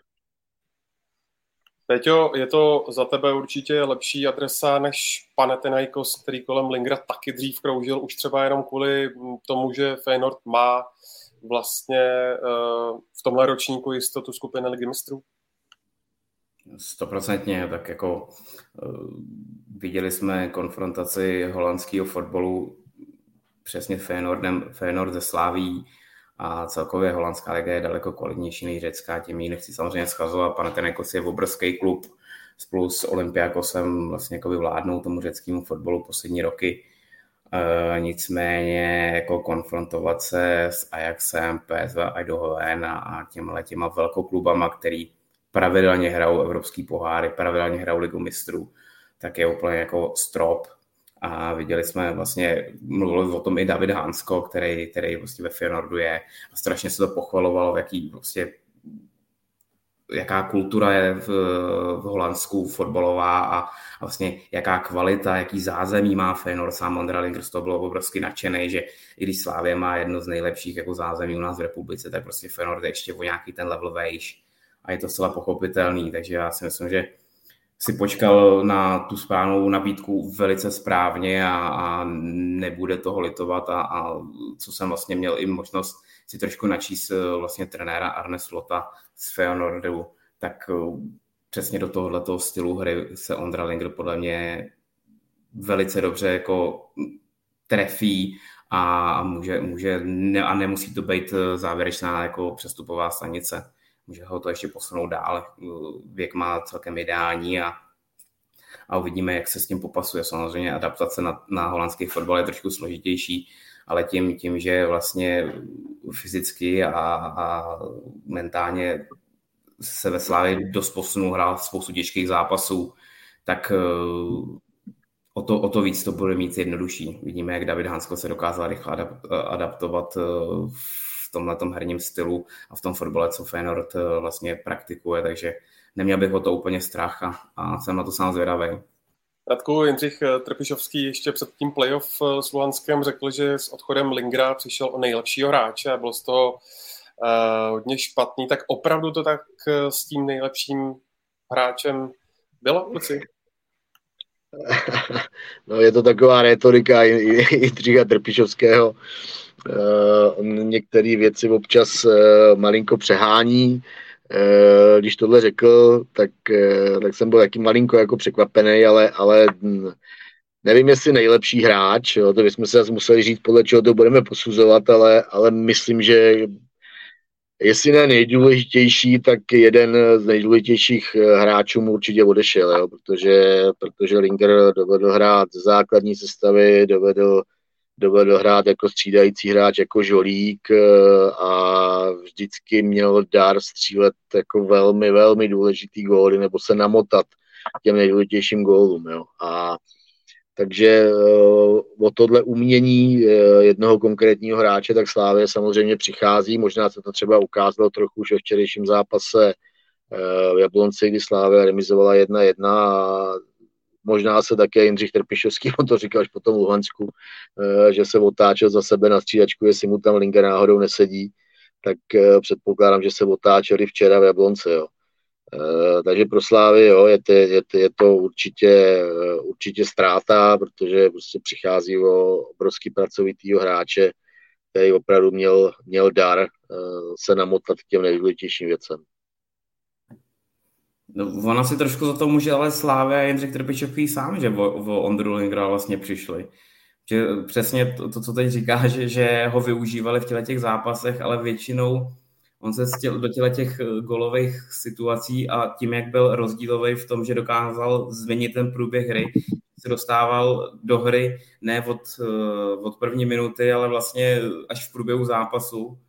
Peťo, je to za tebe určitě lepší adresa než Panathinaikos, který kolem Lingera taky dřív kroužil, už třeba jenom kvůli tomu, že Feyenoord má vlastně uh, v tomhle ročníku jistotu skupiny Ligy mistrů? Stoprocentně, tak jako uh, viděli jsme konfrontaci holandského fotbalu přesně Feyenoordem, Feyenoord ze Slaví a celkově holandská liga je daleko kvalitnější než řecká, tím ji nechci samozřejmě schazovat. Panathinaikos je obrovský klub, spolu s Olympiakosem vlastně jako vyvládnou tomu řeckému fotbalu poslední roky. Uh, nicméně jako konfrontovat se s Ajaxem, P S V Eindhoven a, a těmhle těma velkoklubama, který pravidelně hrajou evropský poháry, pravidelně hrajou Ligu mistrů, tak je úplně jako strop. A viděli jsme vlastně, mluvil o tom i David Hansko, který, který vlastně ve Feyenoordu je a strašně se to pochvalovalo, jaký vlastně jaká kultura je v, v Holandsku fotbalová a, a vlastně jaká kvalita, jaký zázemí má Feyenoord. Sám Ondra Linger z toho byl obrovsky nadšený, že i když Slavia má jedno z nejlepších jako zázemí u nás v republice, tak prostě Feyenoord je ještě o nějaký ten level vejš a je to zcela pochopitelný, takže já si myslím, že si počkal na tu správnou nabídku velice správně a, a nebude toho litovat a, a co jsem vlastně měl i možnost si trošku načíst vlastně trenéra Arne Slota z Feyenoordu, tak přesně do tohoto stylu hry se Ondra Linger podle mě velice dobře jako trefí a může, může ne, a nemusí to být závěrečná jako přestupová stanice. Může ho to ještě posunout dál. Věk má celkem ideální a, a uvidíme, jak se s tím popasuje. Samozřejmě adaptace na, na holandský fotbal je trošku složitější, ale tím, tím že vlastně fyzicky a, a mentálně se ve Slavii dost posunul, hrál spoustu těžkých zápasů, tak o to, o to víc to bude mít jednodušší. Vidíme, jak David Hansko se dokázal rychle adaptovat v tomhletom herním stylu a v tom fotbale, co Feyenoord vlastně praktikuje, takže neměl bych o to úplně strach a, a jsem na to sám zvědavý. Radku, Jindřich Trpišovský ještě před tím playoff s Luhanskem řekl, že s odchodem Lingera přišel o nejlepšího hráče a bylo z toho uh, hodně špatný. Tak opravdu to tak uh, s tím nejlepším hráčem bylo, kluci? No je to taková rétorika Jindřicha Trpišovského. Uh, on některé věci občas uh, malinko přehání. když tohle řekl, tak, tak jsem byl taky malinko jako překvapený, ale, ale nevím, jestli nejlepší hráč, jo, to bychom se zase museli říct, podle čeho to budeme posuzovat, ale, ale myslím, že jestli ne nejdůležitější, tak jeden z nejdůležitějších hráčů mu určitě odešel, jo, protože, protože Linger dovedl hrát z základní sestavy, dovedl, dovedl hrát jako střídající hráč, jako žolík a vždycky měl dar střílet jako velmi, velmi důležitý góly nebo se namotat těm nejdůležitějším gólům. Jo. A takže o tohle umění jednoho konkrétního hráče, tak Slavie samozřejmě přichází. Možná se to třeba ukázalo trochu už ve včerejším zápase v Jablonci, kdy Slavia remizovala jedna jedna a možná se také Jindřich Trpišovský, on to říkal až po tom Luhansku, že se otáčel za sebe na střídačku, jestli mu tam Linger náhodou nesedí, tak předpokládám, že se otáčeli včera v Jablonci, jo. Uh, takže pro Slávy, jo, je, to, je, to, je to určitě, uh, určitě ztráta, protože prostě přichází o obrovský pracovitýho hráče, který opravdu měl, měl dar uh, se namotat k těm nejdůležitějším věcem. No, ona si trošku za to může, ale Slávia a Jindřich Trpišovský sám, že o, o Ondru Lingera vlastně přišli. Že přesně to, to co teď říká, že, že ho využívali v těch zápasech, ale většinou on se do těch golových situací a tím, jak byl rozdílový v tom, že dokázal změnit ten průběh hry, se dostával do hry ne od, od první minuty, ale vlastně až v průběhu zápasu,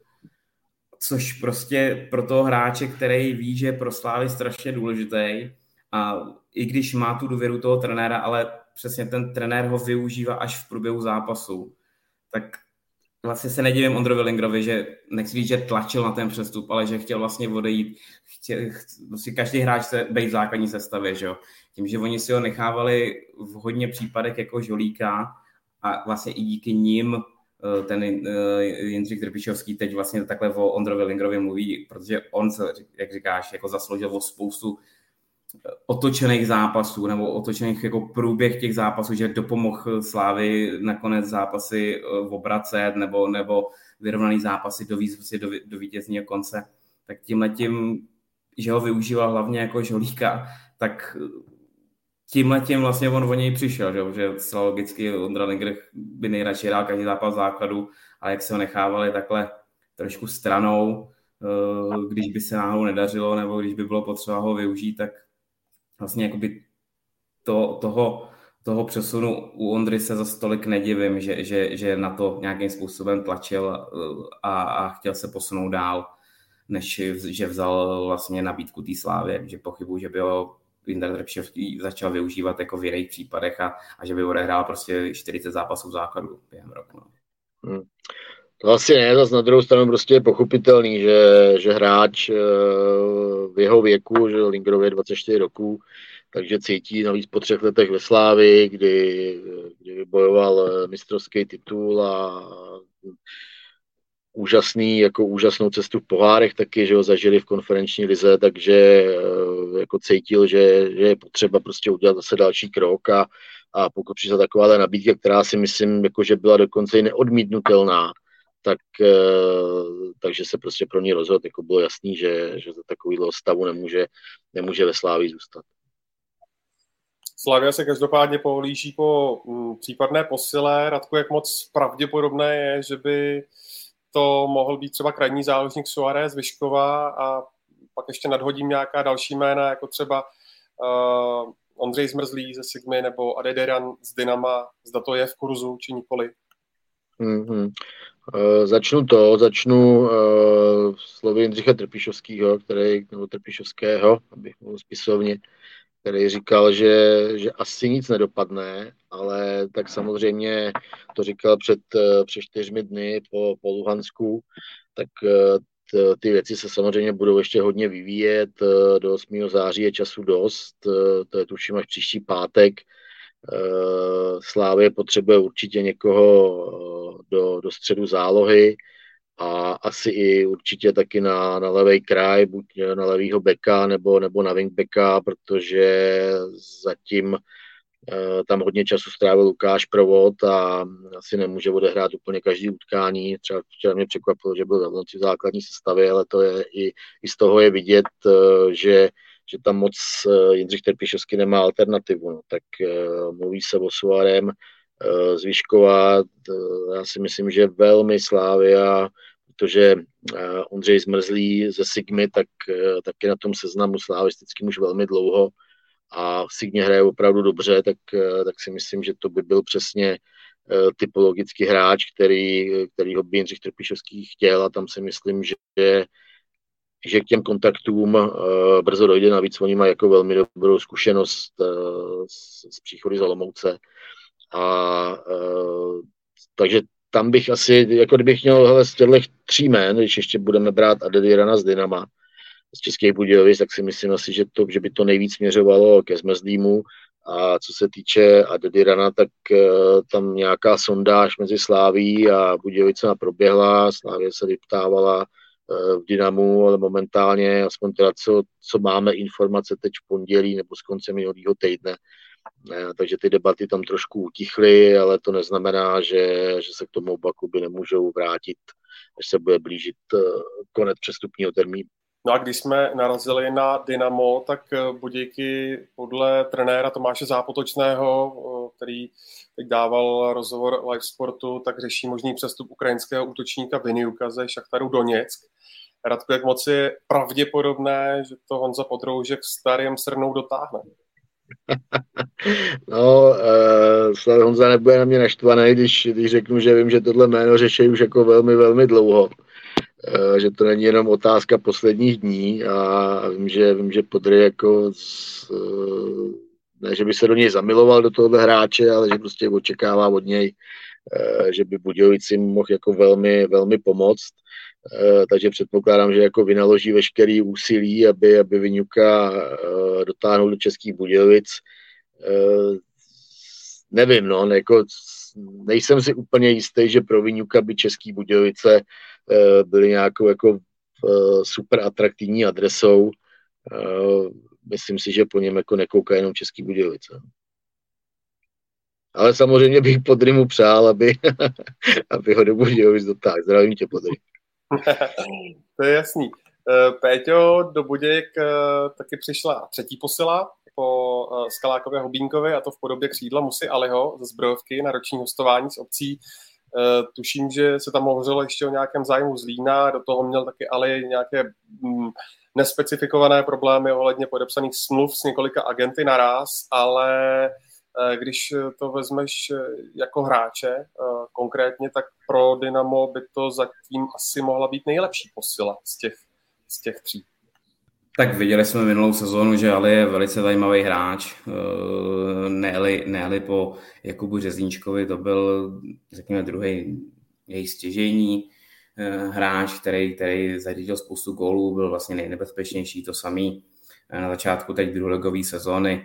což prostě pro toho hráče, který ví, že pro Slávy strašně důležitý a i když má tu důvěru toho trenéra, ale přesně ten trenér ho využívá až v průběhu zápasu, tak vlastně se nedivím Ondrovi Lingerovi, že nechci říct, že tlačil na ten přestup, ale že chtěl vlastně odejít. Chtěl, vlastně každý hráč se být v základní sestavě, že jo. Tím, že oni si ho nechávali v hodně případech jako žolíka a vlastně i díky nim ten Jindřich Trpišovský teď vlastně takhle o Ondrovi Lingerovi mluví, protože on se, jak říkáš, jako zasloužil o spoustu otočených zápasů nebo otočených jako průběh těch zápasů, že dopomohl Slávy nakonec zápasy obracet nebo, nebo vyrovnaný zápasy dovízt do, do vítězního konce. Tak tímhletím, že ho využíval hlavně jako žolíka, tak tímhletím vlastně on o něj přišel, že, že zcela logicky Ondra Linger by nejradši hrál každý zápas základu, ale jak se ho nechávali takhle trošku stranou, když by se náhodou nedařilo nebo když by bylo potřeba ho využít, tak vlastně jakoby to, toho, toho přesunu u Ondry se za stolik nedivím, že, že, že na to nějakým způsobem tlačil a, a chtěl se posunout dál, než že vzal vlastně nabídku té Slávy, že pochybuji, že by ho Jindřich Trpišovský začal využívat jako v jiných případech a, a že by odehrál prostě čtyřicet zápasů v základu během roku. Hmm. To asi ne, zase na druhou stranu prostě je pochopitelný, že, že hráč v jeho věku, že Lingerovi je dvacet čtyři roků, takže cítí navíc po třech letech ve Slávii, kdy, kdy bojoval mistrovský titul a úžasný, jako úžasnou cestu v pohárech taky, že ho zažili v konferenční lize, takže jako cítil, že, že je potřeba prostě udělat zase další krok a, a pokud přišla taková nabídka, která si myslím, jako, že byla dokonce i neodmítnutelná, tak, takže se prostě pro ní rozhodl, jako bylo jasný, že, že za takovýhle stavu nemůže, nemůže ve Slávii zůstat. Slavia se každopádně pohlíží po m, případné posile. Radku, jak moc pravděpodobné je, že by to mohl být třeba krajní záložník Suárez, Vyšková a pak ještě nadhodím nějaká další jména, jako třeba uh, Ondřej Zmrzlý ze Sigmy nebo Adederan z Dynama. Zda to je v kurzu, či nikoli? Mm-hmm. Uh, začnu to, začnu uh, slovy Jindřicha Trpišovského, který, nebo Trpišovského, abych mluvil spisovně, který říkal, že, že asi nic nedopadne, ale tak samozřejmě to říkal před, před čtyřmi dny po, po Luhansku, tak t, ty věci se samozřejmě budou ještě hodně vyvíjet. Do osmého září je času dost, to je tuším až příští pátek. Slávie potřebuje určitě někoho do, do středu zálohy a asi i určitě taky na, na levý kraj, buď na levýho beka nebo, nebo na wingbacka, protože zatím Tam hodně času strávil Lukáš Provod a asi nemůže odehrát úplně každý utkání. Třeba včera mě překvapilo, že byl v základní sestavě, ale to je i, i z toho je vidět, že, že tam moc Jindřich Trpišovský nemá alternativu. No. Tak mluví se o Suárem, Zvyšková, já si myslím, že velmi Slavia, protože Ondřej Zmrzlý ze Sigmy, tak, tak je na tom seznamu slavistickým už velmi dlouho a v Sigmě hraje opravdu dobře, tak, tak si myslím, že to by byl přesně typologický hráč, který, který ho by Jindřich Trpišovský chtěl a tam si myslím, že, že k těm kontaktům brzo dojde. Navíc oni mají jako velmi dobrou zkušenost z, z příchody z Olomouce. A takže tam bych asi, jako kdybych měl hele, z těchto tří jmén, když ještě budeme brát Adedirana z Dynama, z Českých Budějovic, tak si myslím asi, že, to, že by to nejvíc směřovalo ke Zmrzlýmu. A co se týče Adedirana, tak uh, tam nějaká sondáž mezi Sláví a Budějovicema proběhla. Slávě se vyptávala uh, v Dynamu, ale momentálně, aspoň teda co, co máme informace teď v pondělí nebo z konce minulého týdne, uh, takže ty debaty tam trošku utichly, ale to neznamená, že, že se k tomu oba kluby nemůžou vrátit, až se bude blížit uh, konec přestupního termínu. No a když jsme narazili na Dynamo, tak Budějky podle trenéra Tomáše Zápotočného, který teď dával rozhovor Live Sportu, tak řeší možný přestup ukrajinského útočníka Viniuka ze Šachtaru Doněck. Radku, jak moc je pravděpodobné, že to Honza Podroužek starým srnou dotáhne? No, uh, Honza nebude na mě naštvaný, když, když řeknu, že vím, že tohle jméno řeší už jako velmi, velmi dlouho. Že to není jenom otázka posledních dní a vím, že, vím, že Podry jako z, ne, že by se do něj zamiloval do tohohle hráče, ale že prostě očekává od něj, že by Budějovicím mohl jako velmi, velmi pomoct. Takže předpokládám, že jako vynaloží veškerý úsilí, aby, aby Viniuka dotáhnul do Českých Budějovic. Nevím, no, jako nejsem si úplně jistý, že pro Viniuka by Český Budějovice byly nějakou jako super atraktivní adresou. Myslím si, že po něm jako nekouká jenom Český Budějovice. Ale samozřejmě bych Podrymu přál, aby, aby ho do Budějovic dotáhl. Zdravím tě, Podry. To je jasný. Péťo, do Budějek taky přišla třetí posila po Skalákově Hubínkovi, a to v podobě křídla Musy Aliho ze Zbrojovky na roční hostování s obcí. Uh, tuším, že se tam hovořilo ještě o nějakém zájmu z Lína, do toho měl taky Ali nějaké mm, nespecifikované problémy ohledně podepsaných smluv s několika agenty naraz, ale uh, když to vezmeš jako hráče uh, konkrétně, tak pro Dynamo by to zatím asi mohla být nejlepší posila z těch, z těch tří. Tak viděli jsme minulou sezónu, že Ali je velice zajímavý hráč. Ne-li, ne-li po Jakubu Řezníčkovi, to byl, řekněme, druhý jejich stěžejní hráč, který, který zařídil spoustu gólů, byl vlastně nejnebezpečnější, to samý na začátku teď druholigové sezóny,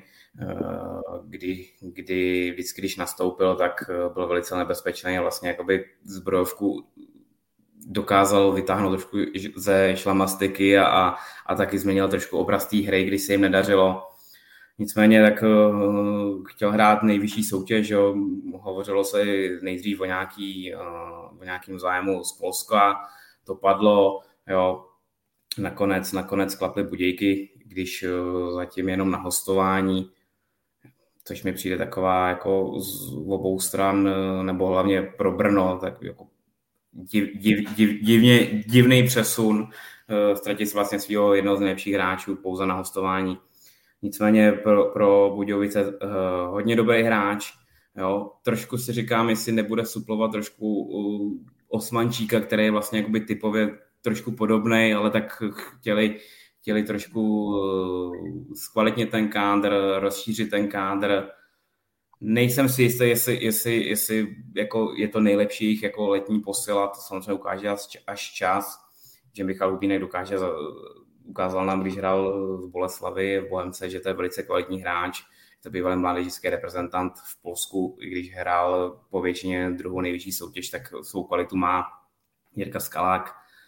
kdy, kdy vždycky, když nastoupil, tak byl velice nebezpečný a vlastně jakoby Zbrojovku dokázal vytáhnout trošku ze šlamastiky a, a, a taky změnil trošku obraz té hry, když se jim nedařilo. Nicméně tak uh, chtěl hrát nejvyšší soutěž, jo. Hovořilo se nejdřív o, nějaký, uh, o nějakým zájmu z Polska, to padlo, jo. Nakonec, nakonec klaply Budějky, když uh, zatím jenom na hostování, což mi přijde taková jako z obou stran, nebo hlavně pro Brno, tak jako Div, div, div, divně, divný přesun, ztratit vlastně svého jednoho z nejlepších hráčů pouze na hostování. Nicméně pro, pro Budějovice uh, hodně dobrý hráč. Jo. Trošku si říkám, jestli nebude suplovat trošku uh, Osmančíka, který je vlastně jakoby typově trošku podobnej, ale tak chtěli, chtěli trošku uh, zkvalitnit ten kádr, rozšířit ten kádr. Nejsem si jistý, jestli, jestli, jestli jako je to nejlepší jako letní posila, to samozřejmě ukáže až čas, že Michal Hubínek dokáže, ukázal nám, když hrál v Boleslavi, v Bohemce, že to je velice kvalitní hráč, to bývalý mládežnický reprezentant v Polsku, i když hrál po většině druhou nejvyšší soutěž, tak svou kvalitu má. Jirka Skalák,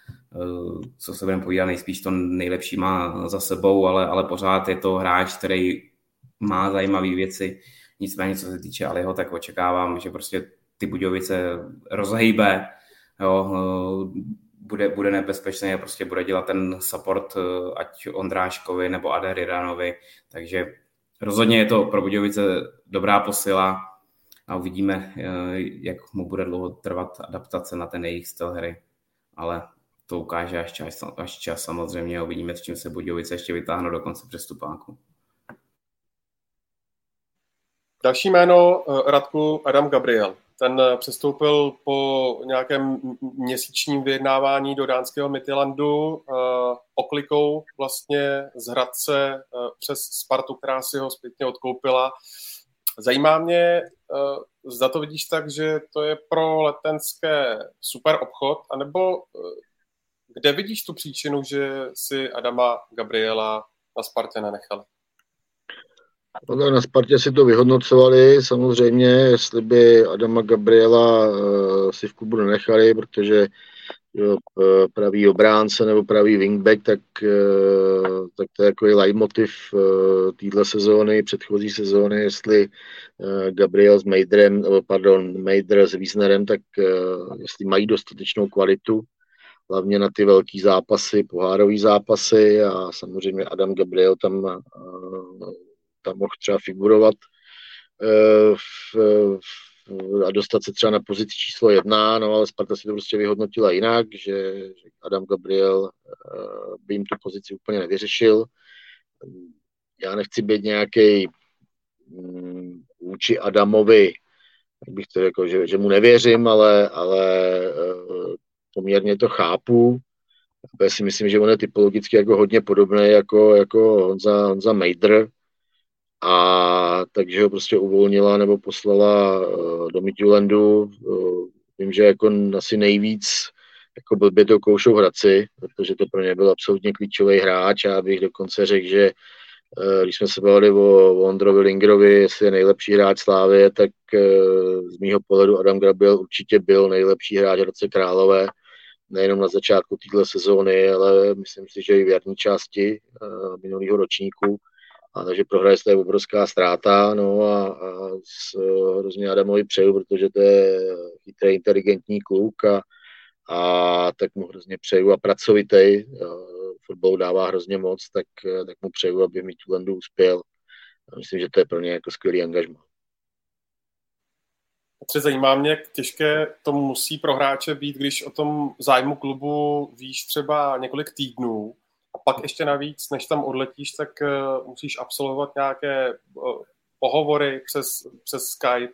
co se budeme povídat, nejspíš to nejlepší má za sebou, ale, ale pořád je to hráč, který má zajímavé věci. Nicméně, co se týče Aliho, tak očekávám, že prostě ty Budějovice rozhejbe, jo, bude, bude nebezpečný a prostě bude dělat ten support ať Ondráškovi nebo Aderiranovi, takže rozhodně je to pro Budějovice dobrá posila a uvidíme, jak mu bude dlouho trvat adaptace na ten jejich styl hry, ale to ukáže až čas, až čas samozřejmě a uvidíme, s čím se Budějovice ještě vytáhnou do konce přestupáku. Další jméno, Radku, Adam Gabriel. Ten přestoupil po nějakém měsíčním vyjednávání do dánského Midtjyllandu oklikou vlastně z Hradce přes Spartu, která si ho zpětně odkoupila. Zajímá mě, zda to vidíš tak, že to je pro Letenské super obchod, anebo kde vidíš tu příčinu, že si Adama Gabriela na Spartě nenechali? Na Spartě si to vyhodnocovali, samozřejmě, jestli by Adama Gabriela si v klubu nenechali, protože jo, pravý obránce nebo pravý wingback, tak, tak to je jako leitmotiv téhle sezóny, předchozí sezóny, jestli Gabriel s Mejdrem, pardon, Mejdr s Wiesnerem, tak jestli mají dostatečnou kvalitu, hlavně na ty velký zápasy, pohárové zápasy a samozřejmě Adam Gabriel tam tam mohl třeba figurovat v, v, a dostat se třeba na pozici číslo jedna, no ale Sparta si to prostě vyhodnotila jinak, že, že Adam Gabriel by jim tu pozici úplně nevyřešil. Já nechci být nějaký um, vůči Adamovi, jak bych to řekl, že, že mu nevěřím, ale, ale uh, poměrně to chápu. Já si myslím, že on je typologicky jako hodně podobný jako, jako Honza, Honza Mejdr, a takže ho prostě uvolnila nebo poslala uh, do Midtjyllandu. Uh, vím, že jako asi nejvíc jako blbě to koušou v Hradci, protože to pro ně byl absolutně klíčový hráč a bych dokonce řekl, že uh, když jsme se bavili o, o Ondrovi Lingerovi, jestli je nejlepší hráč Slávie, tak uh, z mýho pohledu Adam Gabriel určitě byl nejlepší hráč Hradce Králové, nejenom na začátku téhle sezóny, ale myslím si, že i v jarní části uh, minulého ročníku. A takže prohraje to je obrovská ztráta, no a, a s, hrozně Adamovi přeju, protože to je chytrý, inteligentní kluk a, a tak mu hrozně přeju a pracovitý, fotbal dává hrozně moc, tak, tak mu přeju, aby v Midtjyllandu uspěl. A myslím, že to je pro ně jako skvělý angažmá. Petře, zajímá mě, jak těžké to musí pro hráče být, když o tom zájmu klubu víš třeba několik týdnů, a pak ještě navíc, než tam odletíš, tak uh, musíš absolvovat nějaké uh, pohovory přes, přes Skype.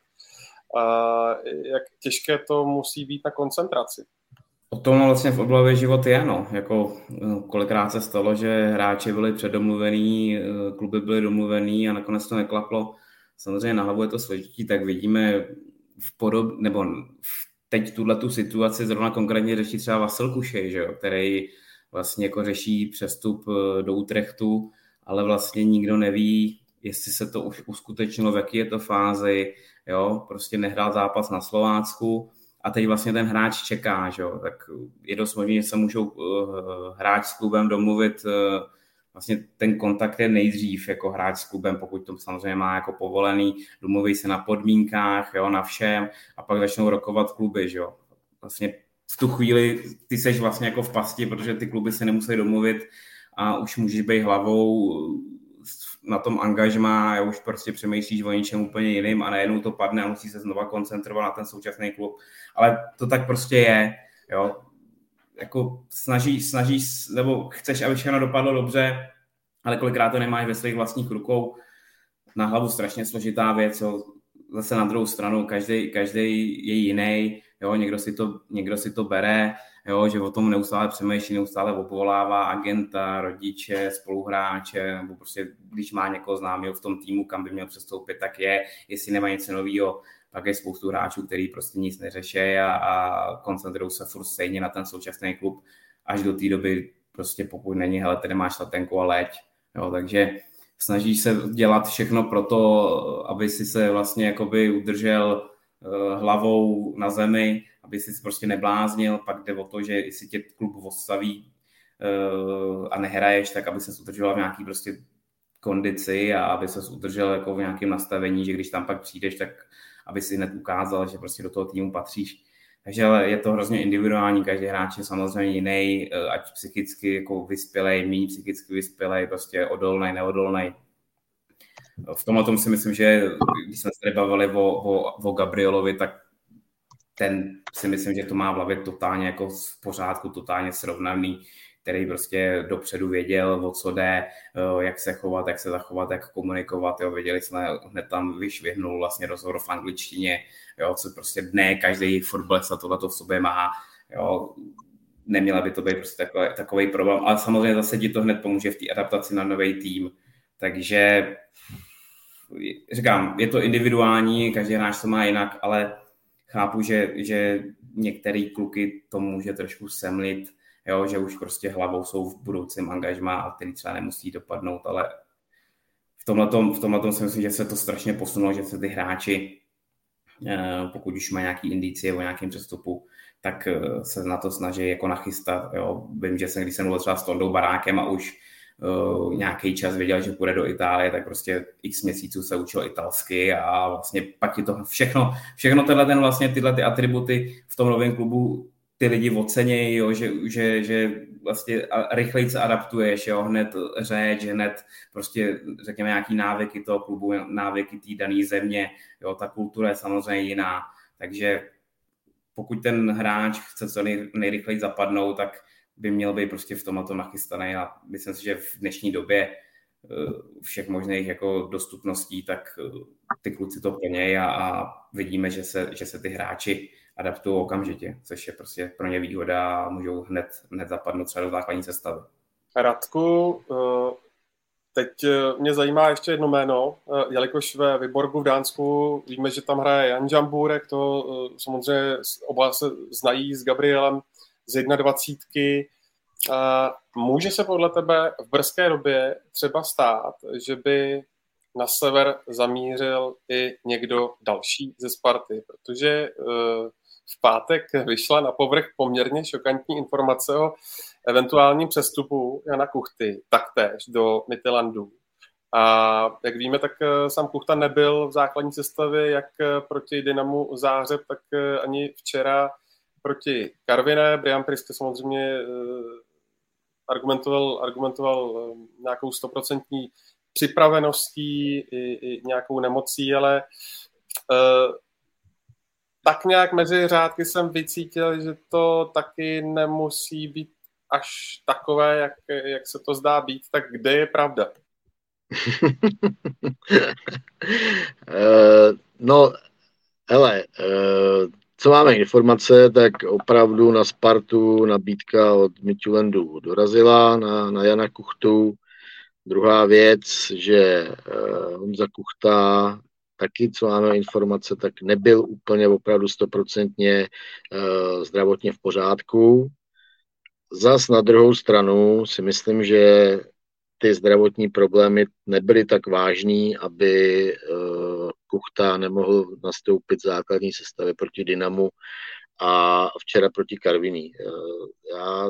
Uh, jak těžké to musí být na koncentraci? O tom vlastně v fotbalový život je, no. Jako, kolikrát se stalo, že hráči byli předdomluvený, kluby byly domluvený a nakonec to neklaplo. Samozřejmě na hlavu je to složitý, tak vidíme v podob, nebo v teď tuhletu situaci zrovna konkrétně řeší třeba Vasil Kušej, že jo, který vlastně jako řeší přestup do Utrechtu, ale vlastně nikdo neví, jestli se to už uskutečnilo, v jaký je to fázi, jo, prostě nehrál zápas na Slovácku a teď vlastně ten hráč čeká, že jo, tak je dost možné, že se můžou uh, hráč s klubem domluvit, uh, vlastně ten kontakt je nejdřív jako hráč s klubem, pokud to samozřejmě má jako povolený, domluví se na podmínkách, jo, na všem a pak začnou rokovat kluby, že jo, vlastně v tu chvíli ty seš vlastně jako v pasti, protože ty kluby se nemusí domluvit a už můžeš být hlavou na tom angažmá a už prostě přemýšlíš o něčem úplně jiným a najednou to padne a musí se znova koncentrovat na ten současný klub. Ale to tak prostě je, jo. Jako snažíš, snažíš, nebo chceš, aby všechno dopadlo dobře, ale kolikrát to nemáš ve svých vlastních rukou. Na hlavu strašně složitá věc, jo. Zase na druhou stranu, každý, každý je jiný, jo, někdo si to, někdo si to bere, jo, že o tom neustále přemýšlí, neustále obvolává agenta, rodiče, spoluhráče, nebo prostě když má někoho známého v tom týmu, kam by měl přestoupit, tak je, jestli nemá něco nového, tak je spoustu hráčů, který prostě nic neřeší a, a koncentrují se furt stejně na ten současný klub, až do té doby prostě pokud není, hele, tady máš letenku a leď, jo, takže snažíš se dělat všechno pro to, aby si se vlastně jakoby udržel uh, hlavou na zemi, aby si se prostě nebláznil, pak jde o to, že jestli tě klub odstaví uh, a nehraješ, tak aby se udržela v nějaký prostě kondici a aby ses udržel jako v nějakém nastavení, že když tam pak přijdeš, tak aby si hned ukázal, že prostě do toho týmu patříš. Takže je to hrozně individuální, každý hráč je samozřejmě jiný, ať psychicky jako vyspělej, méně psychicky vyspělej, prostě odolnej, neodolnej. V tomhle tom si myslím, že když jsme se tady bavili o, o, o Gabrielovi, tak ten si myslím, že to má v hlavě totálně jako v pořádku, totálně srovnaný, který prostě dopředu věděl, o co jde, jak se chovat, jak se zachovat, jak komunikovat. Jo. Věděli jsme, hned tam vyšvihnul vlastně rozhovor v angličtině, jo, co prostě ne každý fotbalista tohleto v sobě má. Jo. Neměla by to být prostě takový, takový problém, ale samozřejmě zase ti to hned pomůže v té adaptaci na nový tým. Takže říkám, je to individuální, každý hráč to má jinak, ale chápu, že, že některý kluky to může trošku semlit, jo, že už prostě hlavou jsou v budoucím angažmá a který třeba nemusí dopadnout, ale v tomhletom, v tomhletom si myslím, že se to strašně posunulo, že se ty hráči, pokud už má nějaký indicie o nějakém přestupu, tak se na to snaží jako nachystat. Jo. Vím, že jsem, když jsem byl třeba s Tondou Barákem a už uh, nějaký čas věděl, že půjde do Itálie, tak prostě x měsíců se učil italsky a vlastně pak je to všechno, všechno tenhle ten vlastně tyhle ty atributy v tom novém klubu ty lidi ocenějí, jo, že, že, že vlastně rychleji se adaptuješ, jo, hned řeč, hned prostě řekněme nějaký návyky toho klubu, návyky té dané země, jo, ta kultura je samozřejmě jiná, takže pokud ten hráč chce co nej, nejrychleji zapadnout, tak by měl být prostě v tomhle nachystaný a myslím si, že v dnešní době všech možných jako dostupností, tak ty kluci to plnějí a, a vidíme, že se, že se ty hráči adaptují okamžitě, což je prostě pro ně výhoda a můžou hned, hned zapadnout třeba do základní sestavy. Radku, teď mě zajímá ještě jedno jméno, jelikož ve Viborgu v Dánsku víme, že tam hraje Jan Žambůrek, to samozřejmě oba se znají s Gabrielem z dvacítky. Může se podle tebe v brzké době třeba stát, že by na sever zamířil i někdo další ze Sparty, protože v pátek vyšla na povrch poměrně šokantní informace o eventuálním přestupu Jana Kuchty, taktéž do Midtjyllandu. A jak víme, tak sám Kuchta nebyl v základní sestavě jak proti Dynamu Záhřeb, tak ani včera proti Karviné. Brian Priske samozřejmě argumentoval, argumentoval nějakou stoprocentní připraveností i, i nějakou nemocí, ale uh, tak nějak mezi řádky jsem vycítil, že to taky nemusí být až takové, jak, jak se to zdá být. Tak kde je pravda? uh, no, hele, uh, co máme informace, tak opravdu na Spartu nabídka od Midtjyllandu dorazila na, na Jana Kuchtu. Druhá věc, že uh, Honza Kuchta taky, co máme informace, tak nebyl úplně opravdu stoprocentně uh, zdravotně v pořádku. Zas na druhou stranu si myslím, že ty zdravotní problémy nebyly tak vážný, aby uh, Kuchta nemohl nastoupit v základní sestavě proti Dynamu a včera proti Karviní. Uh, já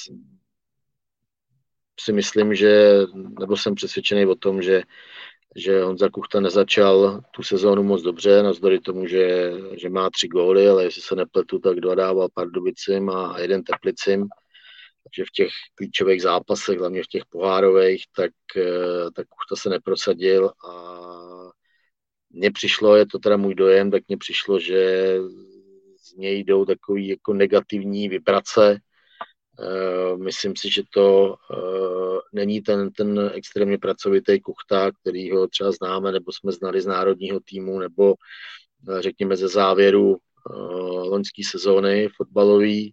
si myslím, že, nebo jsem přesvědčený o tom, že, že Honza Kuchta nezačal tu sezónu moc dobře, navzdory tomu, že, že má tři góly, ale jestli se nepletu, tak dva dával Pardubicím a jeden Teplicím. Takže v těch klíčových zápasech, hlavně v těch pohárových, tak, tak Kuchta se neprosadil a mně přišlo, je to teda můj dojem, tak mně přišlo, že z něj jdou takový jako negativní vibrace. Uh, myslím si, že to uh, není ten, ten extrémně pracovitý Kuchta, kterýho třeba známe, nebo jsme znali z národního týmu, nebo uh, řekněme ze závěru uh, loňské sezóny fotbalový.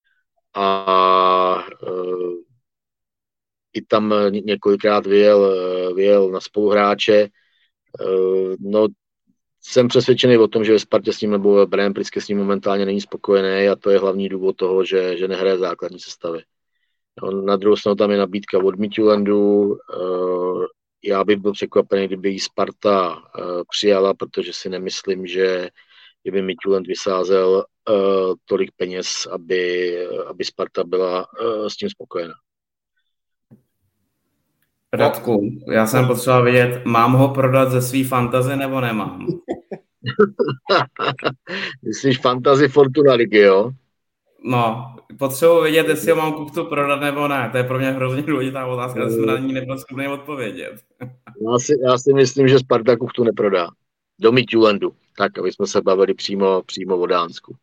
A uh, i tam několikrát vyjel, vyjel na spoluhráče. Uh, no, jsem přesvědčený o tom, že ve Spartě s ním nebo Brian Priske s ním momentálně není spokojený a to je hlavní důvod toho, že, že nehraje základní sestavy. No, na druhou stranu tam je nabídka od Midtjyllandu. Uh, já bych byl překvapený, kdyby ji Sparta uh, přijala, protože si nemyslím, že by Midtjylland vysázel uh, tolik peněz, aby, aby Sparta byla uh, s tím spokojená. Radku, já jsem potřeboval vědět, mám ho prodat ze svý fantazy nebo nemám? Myslíš fantasy Fortuna ligy, jo? No, potřebuji vědět, jestli ho mám Kuchtu prodat nebo ne. To je pro mě hrozně důležitá otázka, já jsem na ní nebyl schopný odpovědět. Já si, já si myslím, že Sparta Kuchtu neprodá. Do Midtjyllandu. Tak, aby jsme se bavili přímo, přímo o Dánsku.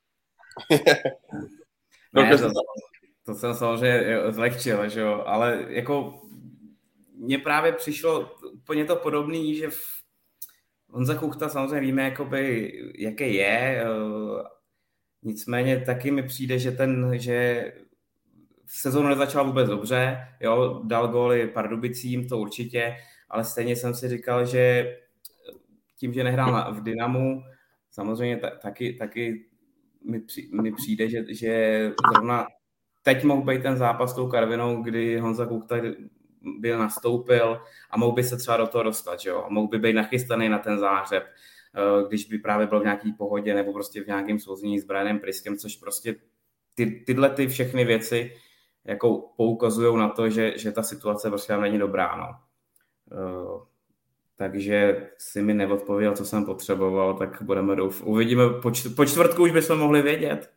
Ne, to, to jsem samozřejmě zlehčil, že jo, ale jako mně právě přišlo úplně to podobný, že v Honza Kuchta samozřejmě víme, jakoby, jaký je, nicméně taky mi přijde, že ten, že sezónu nezačal vůbec dobře, jo, dal góly Pardubicím, to určitě, ale stejně jsem si říkal, že tím, že nehrál v Dynamu, samozřejmě t- taky, taky mi, při, mi přijde, že, že zrovna teď mohl být ten zápas s tou Karvinou, kdy Honza Kuchta byl nastoupil a mohl by se třeba do toho dostat, že jo? A mohl by být nachystaný na ten záhřeb, když by právě byl v nějaký pohodě nebo prostě v nějakém souznění s Brianem Priskem, což prostě ty, tyhle ty všechny věci jako poukazují na to, že, že ta situace prostě není dobrá, no. Uh, takže si mi neodpověděl, co jsem potřeboval, tak budeme doufat. Uvidíme, po, čt- po čtvrtku už bychom mohli vědět.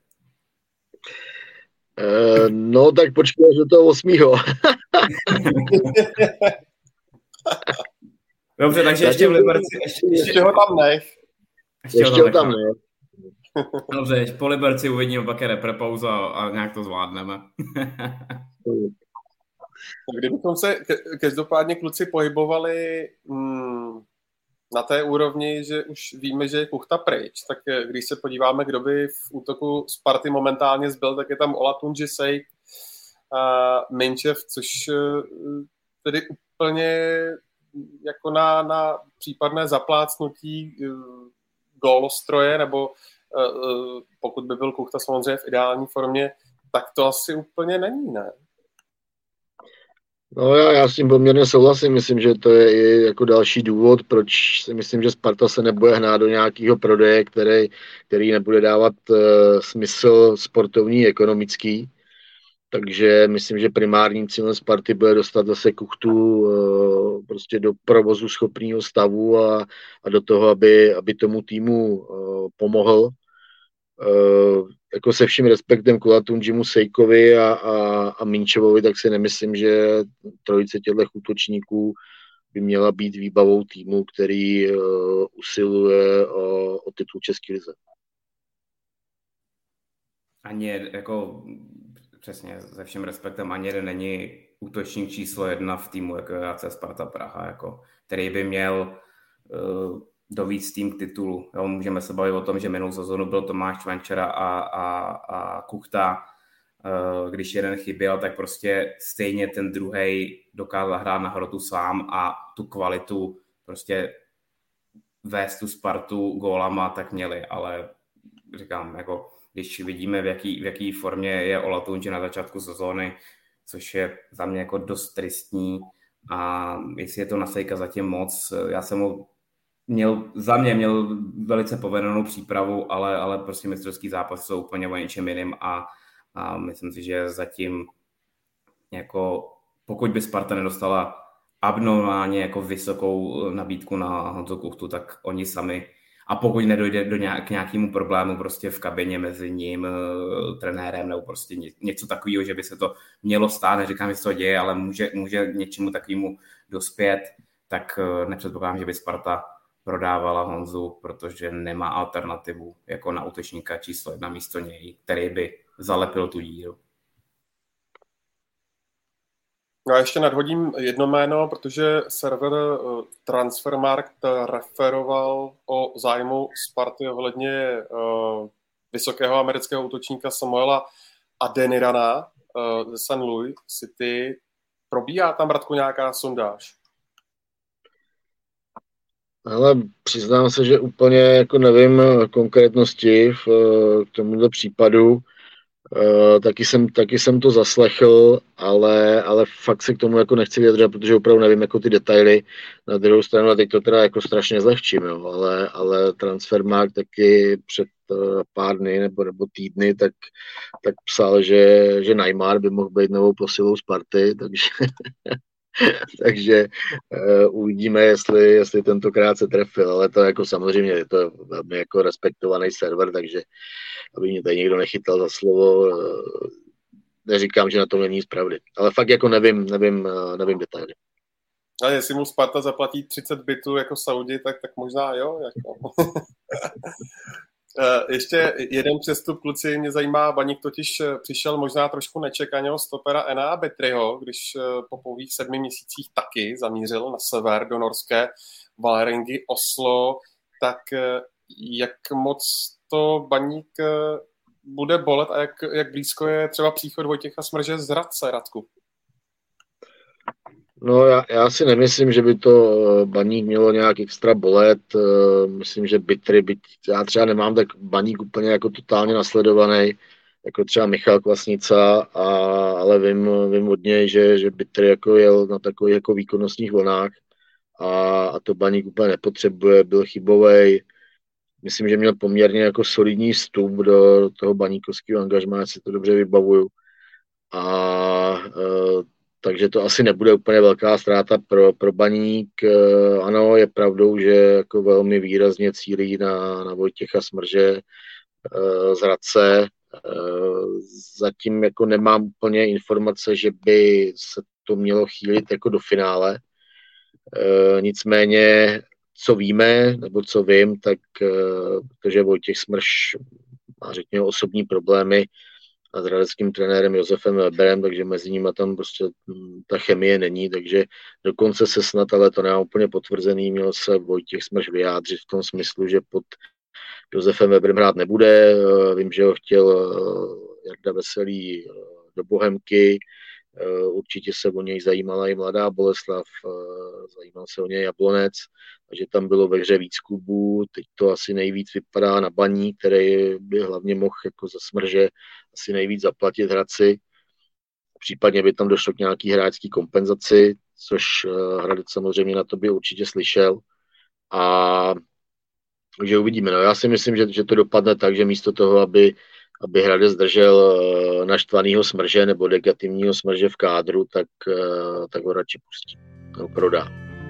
Uh, no, tak počkej až do toho osmýho. Dobře, takže ještě v Liberci. Ještě, ještě, ještě ho tam nech. Ještě, ještě ho tam nech. Dobře, po Liberci uvidíme, pak je reprepauza a nějak to zvládneme. Kdybychom se každopádně kluci pohybovali mm, na té úrovni, že už víme, že je Kuchta pryč, tak když se podíváme, kdo by v útoku Sparty momentálně zbyl, tak je tam Olatunji Sejk a Minčev, což tedy úplně jako na, na případné zaplácnutí gólostroje, nebo pokud by byl Kuchta samozřejmě v ideální formě, tak to asi úplně není, ne? No já, já s tím poměrně souhlasím, myslím, že to je i jako další důvod, proč si myslím, že Sparta se nebude hnát do nějakého prodeje, který, který nebude dávat uh, smysl sportovní, ekonomický. Takže myslím, že primárním cílem Sparty bude dostat zase Kuchtu uh, prostě do provozu schopného stavu a, a do toho, aby, aby tomu týmu uh, pomohl. Uh, jako se vším respektem k Olatunjimu Sejkovi a, a, a Minčevovi, tak si nemyslím, že trojice těchto útočníků by měla být výbavou týmu, který uh, usiluje o, o titul České lize. Ani jako přesně se vším respektem, ani jeden není útočník číslo jedna v týmu, jako je A C Sparta Praha, jako, který by měl uh, dovíc tým k titulu. Jo, můžeme se bavit o tom, že minulou sezónu byl Tomáš Čvančara a, a, a Kuchta. Když jeden chyběl, tak prostě stejně ten druhej dokázal hrát na hrotu sám a tu kvalitu prostě vést tu Spartu gólama, tak měli. Ale říkám, jako, když vidíme, v jaký, v jaký formě je Olatunji na začátku sezóny, což je za mě jako dost tristní, a jestli je to na Sejka zatím moc, já jsem mu Měl, za mě měl velice povedenou přípravu, ale, ale prostě mistrovský zápas jsou úplně o něčem jiným a, a myslím si, že zatím jako pokud by Sparta nedostala abnormálně jako vysokou nabídku na Honzu Kuchtu, tak oni sami, a pokud nedojde do nějak, k nějakému problému prostě v kabině mezi ním, trenérem nebo prostě něco takového, že by se to mělo stát, neříkám, že se to děje, ale může, může něčemu takovému dospět, tak nepředpokládám, že by Sparta prodávala Honzu, protože nemá alternativu jako na útočníka číslo jedna místo něj, který by zalepil tu díru. No a ještě nadhodím jedno jméno, protože server Transfermarkt referoval o zájmu Sparty ohledně uh, vysokého amerického útočníka Samuela Adenirana uh, ze Saint Louis City. Probíhá tam, Radku, nějaká sondáž? Ale přiznám se, že úplně jako nevím konkrétnosti v, k tomuto případu. Uh, taky, jsem, taky jsem to zaslechl, ale, ale fakt se k tomu jako nechci vyjadřovat, protože opravdu nevím jako ty detaily. Na druhou stranu, a teď to teda jako strašně zlehčím, jo, ale, ale Transfermarkt taky před uh, pár dny nebo, nebo týdny, tak, tak psal, že, že Neymar by mohl být novou posilou Sparty, takže Takže uh, uvidíme, jestli, jestli tentokrát se trefil, ale to jako samozřejmě je to velmi jako respektovaný server, takže aby mě tady někdo nechytal za slovo, uh, neříkám, že na tom není nic pravdy, ale fakt jako nevím, nevím, uh, nevím detaily. A jestli mu Sparta zaplatí třicet bitů jako Saudi, tak, tak možná jo. Jako. Ještě jeden přestup, kluci, mě zajímá, Baník totiž přišel možná trošku nečekaně o stopera Enea Betriho, když po pouhých sedmi měsících taky zamířil na sever do norské Vålerengy Oslo, tak jak moc to Baník bude bolet a jak, jak blízko je třeba příchod Vojtěcha Smrže z Hradce, Radku? No já, já si nemyslím, že by to Baník mělo nějak extra bolet. Myslím, že Bitry, byť já třeba nemám tak Baník úplně jako totálně nasledovaný, jako třeba Michal Kvasnica, a, ale vím, vím od něj, že, že Bitry jako jel na takových jako výkonnostních vlnách a, a to Baník úplně nepotřebuje, byl chybovej. Myslím, že měl poměrně jako solidní vstup do toho baníkovského angažmá, já si to dobře vybavuju. A e, takže to asi nebude úplně velká ztráta pro, pro Baník. Ano, je pravdou, že jako velmi výrazně cílí na, na Vojtěcha Smrže z Hradce. Zatím jako nemám úplně informace, že by se to mělo chýlit jako do finále. Nicméně, co víme, nebo co vím, tak protože Vojtěch Smrž má, řekněme, osobní problémy a s hradeckým trenérem Josefem Weberem, takže mezi nimi tam prostě ta chemie není, takže dokonce se snad, ale to nemá úplně potvrzený, měl se Vojtěch Smrž vyjádřit v tom smyslu, že pod Josefem Weberem hrát nebude. Vím, že ho chtěl Jarda Veselý do Bohemky, určitě se o něj zajímala i Mladá Boleslav, zajímal se o něj Jablonec, takže tam bylo ve hře víc klubů. Teď to asi nejvíc vypadá na Baník, který by hlavně mohl jako za Smrže asi nejvíc zaplatit Hradci. Případně by tam došlo k nějaký hráčský kompenzaci, což Hradec samozřejmě na to by určitě slyšel. A takže uvidíme. No, já si myslím, že, že to dopadne tak, že místo toho, aby, aby Hradec držel naštvanýho Smrže nebo negativního Smrže v kádru, tak, tak ho radši pustí. To prodá.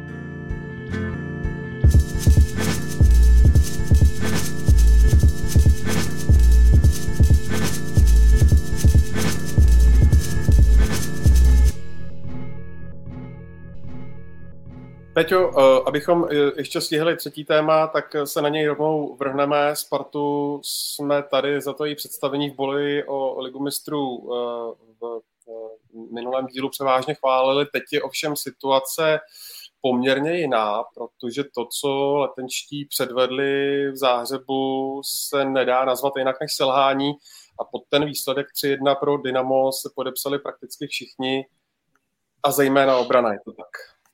Peťo, abychom ještě stihli třetí téma, tak se na něj rovnou vrhneme. Spartu jsme tady za to její představení v boji o ligu mistrů v minulém dílu převážně chválili. Teď je ovšem situace poměrně jiná, protože to, co letenští předvedli v Záhřebu, se nedá nazvat jinak než selhání a pod ten výsledek tři jedna pro Dynamo se podepsali prakticky všichni a zejména obrana, je to tak.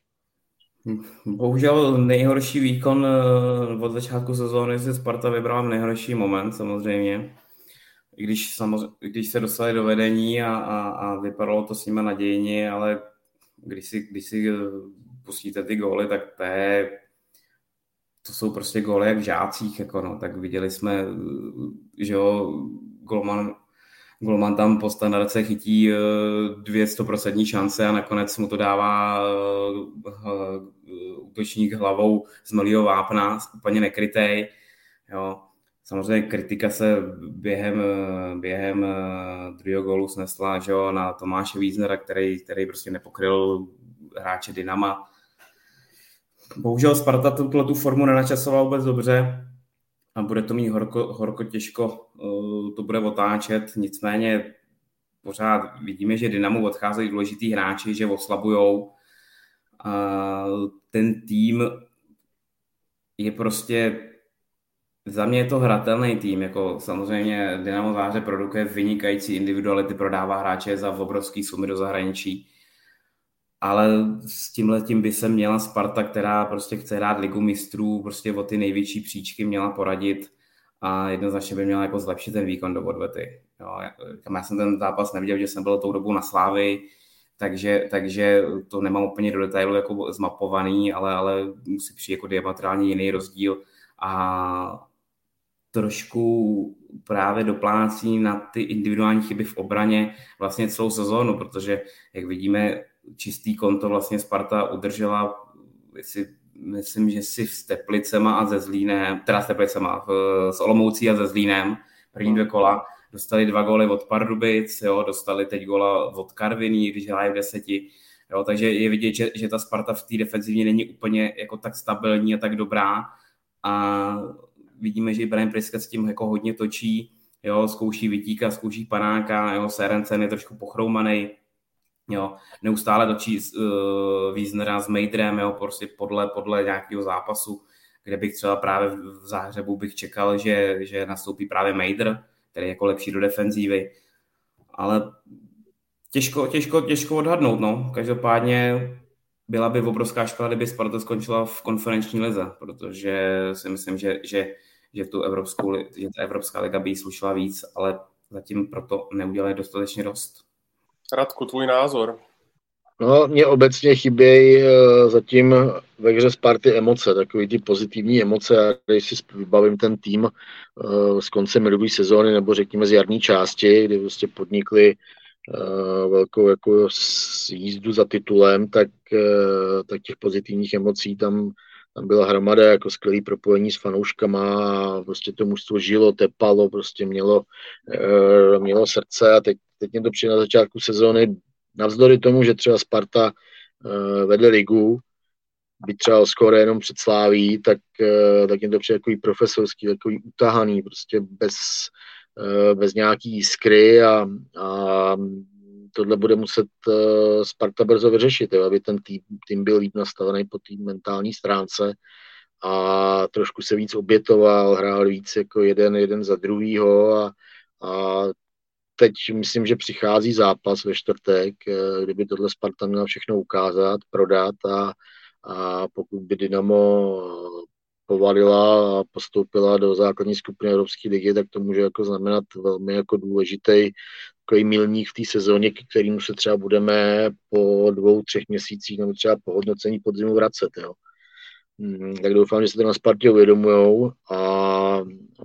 Bohužel nejhorší výkon od začátku sezóny si Sparta vybrala v nejhorší moment samozřejmě. I když, samozřejmě, když se dostali do vedení a, a, a vypadalo to s nimi nadějně, ale když si, když si pustíte ty góly, tak to, je, to jsou prostě góly jak v žácích. Jako no. Tak viděli jsme, že jo, golman, golman tam po standardce chytí dvě stoprocentní šance a nakonec mu to dává útočník hlavou z malého vápna, úplně nekrytej. Jo. Samozřejmě kritika se během, během druhého gólu snesla, že jo, na Tomáše Wiesnera, který, který prostě nepokryl hráče Dynama. Bohužel Sparta tuto tu formu nenačasovala vůbec dobře a bude to mít horko, horko těžko, to bude otáčet. Nicméně pořád vidíme, že Dynamu odcházejí důležitý hráči, že oslabujou. A ten tým je prostě, za mě je to hratelný tým, jako samozřejmě Dynamo Záhřeb produkuje vynikající individuality, prodává hráče za obrovský sumy do zahraničí, ale s tímhletím by se měla Sparta, která prostě chce hrát ligu mistrů, prostě o ty největší příčky měla poradit a jednoznačně by měla jako zlepšit ten výkon do odvety. Jo, já jsem ten zápas neviděl, že jsem byl tou dobu na Slávii, takže, takže to nemám úplně do detailu jako zmapovaný, ale, ale musí přijít jako diametrálně jiný rozdíl a trošku právě doplácí na ty individuální chyby v obraně vlastně celou sezónu, protože jak vidíme, čistý konto vlastně Sparta udržela, jestli, myslím, že si s Teplicema a se Zlínem, teda s Teplicema, s Olomoucí a se Zlínem, první dvě kola, dostali dva góly od Pardubic, jo, dostali teď góla od Karviní, když hrají v deseti. Jo, takže je vidět, že, že ta Sparta v té defenzivně není úplně jako tak stabilní a tak dobrá. A vidíme, že Brian Priske s tím jako hodně točí, jo, zkouší Vytíka, zkouší Panáka, jo, Serencen je trošku pochroumanej, jo, neustále točí uh, Wiesnera s Mejdrem, jo, prostě podle, podle nějakého zápasu, kde bych třeba právě v Záhřebu bych čekal, že, že nastoupí právě Mejdr, který je jako lepší do defenzívy, ale těžko, těžko, těžko odhadnout, no. Každopádně byla by obrovská škoda, kdyby Sparta skončila v konferenční lize, protože si myslím, že, že, že, tu evropskou, že ta Evropská liga by jí slušela víc, ale zatím proto neudělali dostatečně dost. Radku, tvůj názor? No, mně obecně chybějí zatím ve hře Sparty emoce, takový ty pozitivní emoce. Já když si vybavím ten tým z konce minulé sezóny, nebo řekněme z jarní části, kdy prostě podnikli velkou jako jízdu za titulem, tak, tak těch pozitivních emocí tam, tam byla hromada, jako skvělý propojení s fanouškama a prostě to mužstvo žilo, tepalo, prostě mělo, mělo srdce a teď, teď mě to přijde na začátku sezóny. Navzdory tomu, že třeba Sparta uh, vede ligu, by třeba skoro jenom před Sláví, tak, uh, tak je to přijde takový profesorský, takový utahaný, prostě bez, uh, bez nějaký jiskry a, a tohle bude muset uh, Sparta brzo vyřešit, jo, aby ten tým, tým byl líp nastavený po té mentální stránce a trošku se víc obětoval, hrál víc jako jeden, jeden za druhýho a, a teď myslím, že přichází zápas ve čtvrtek, kdyby tohle Sparta měla všechno ukázat, prodat a, a pokud by Dynamo povalila a postoupila do základní skupiny Evropské ligy, tak to může jako znamenat velmi jako důležitý takový milník v té sezóně, k kterému se třeba budeme po dvou, třech měsících nebo třeba po hodnocení podzimu vracet. Jo. Tak doufám, že se to na Spartě uvědomujou a, a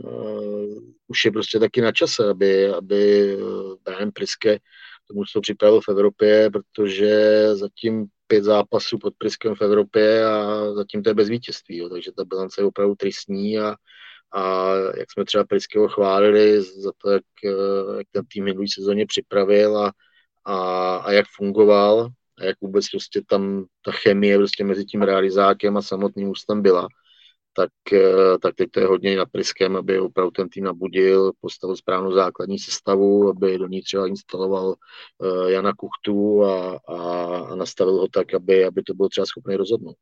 už je prostě taky na čase, aby, aby Brian Priske tomu to připravil v Evropě, protože zatím pět zápasů pod Priskem v Evropě a zatím to je bez vítězství, jo, takže ta bilance je opravdu tristní a, a jak jsme třeba Priskeho chválili za to, jak, jak ten tým minulý sezóně připravil a, a, a jak fungoval a jak vůbec prostě tam ta chemie prostě mezi tím realizákem a samotným ústem byla, tak, tak teď to je hodně nad Priskem, aby opravdu ten tým nabudil, postavil správnou základní sestavu, aby do ní třeba instaloval uh, Jana Kuchtu a, a, a nastavil ho tak, aby, aby to bylo třeba schopné rozhodnout.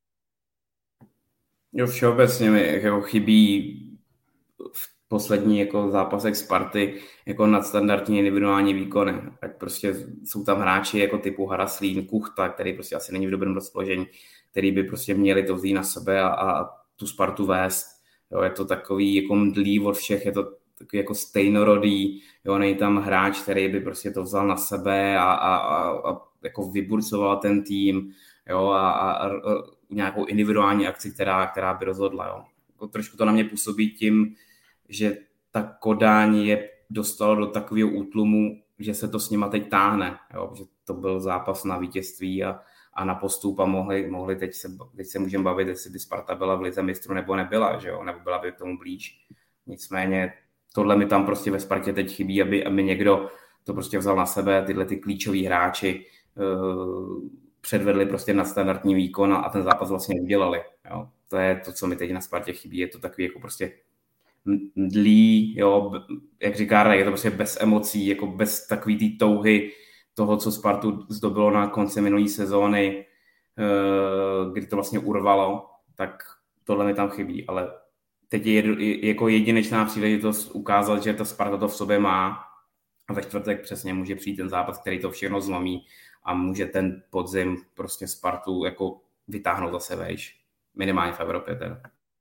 Jo, všeobecně mi jako chybí v poslední jako zápasech Sparty jako nadstandardní individuální výkony. Tak prostě jsou tam hráči jako typu Haraslín, Kuchta, který prostě asi není v dobrém rozpoložení, který by prostě měli to vzít na sebe a, a tu Spartu vést. Jo, je to takový jako mdlý od všech, je to takový jako stejnorodý, jo, není tam hráč, který by prostě to vzal na sebe a, a, a, a jako vyburcoval ten tým, jo, a, a, a nějakou individuální akci, která, která by rozhodla, jo. Jako trošku to na mě působí tím, že ta Kodáň je dostala do takového útlumu, že se to s nima teď táhne, jo, že to byl zápas na vítězství a a na postup a mohli, mohli teď, se, teď se můžeme bavit, jestli by Sparta byla v lize mistrů nebo nebyla, že jo? Nebo byla by k tomu blíž. Nicméně tohle mi tam prostě ve Spartě teď chybí, aby, aby někdo to prostě vzal na sebe, tyhle ty klíčoví hráči uh, předvedli prostě nadstandardní výkon a ten zápas vlastně udělali. Jo? To je to, co mi teď na Spartě chybí, je to takový jako prostě mdlý, jo? Jak říká Ray, je to prostě bez emocí, jako bez takový té touhy toho, co Spartu zdobilo na konci minulé sezóny, kdy to vlastně urvalo, tak tohle mi tam chybí, ale teď je jako jedinečná příležitost ukázat, že ta Sparta to v sobě má a ve čtvrtek přesně může přijít ten zápas, který to všechno zlomí a může ten podzim prostě Spartu jako vytáhnout zase vejš, minimálně v Evropě teda.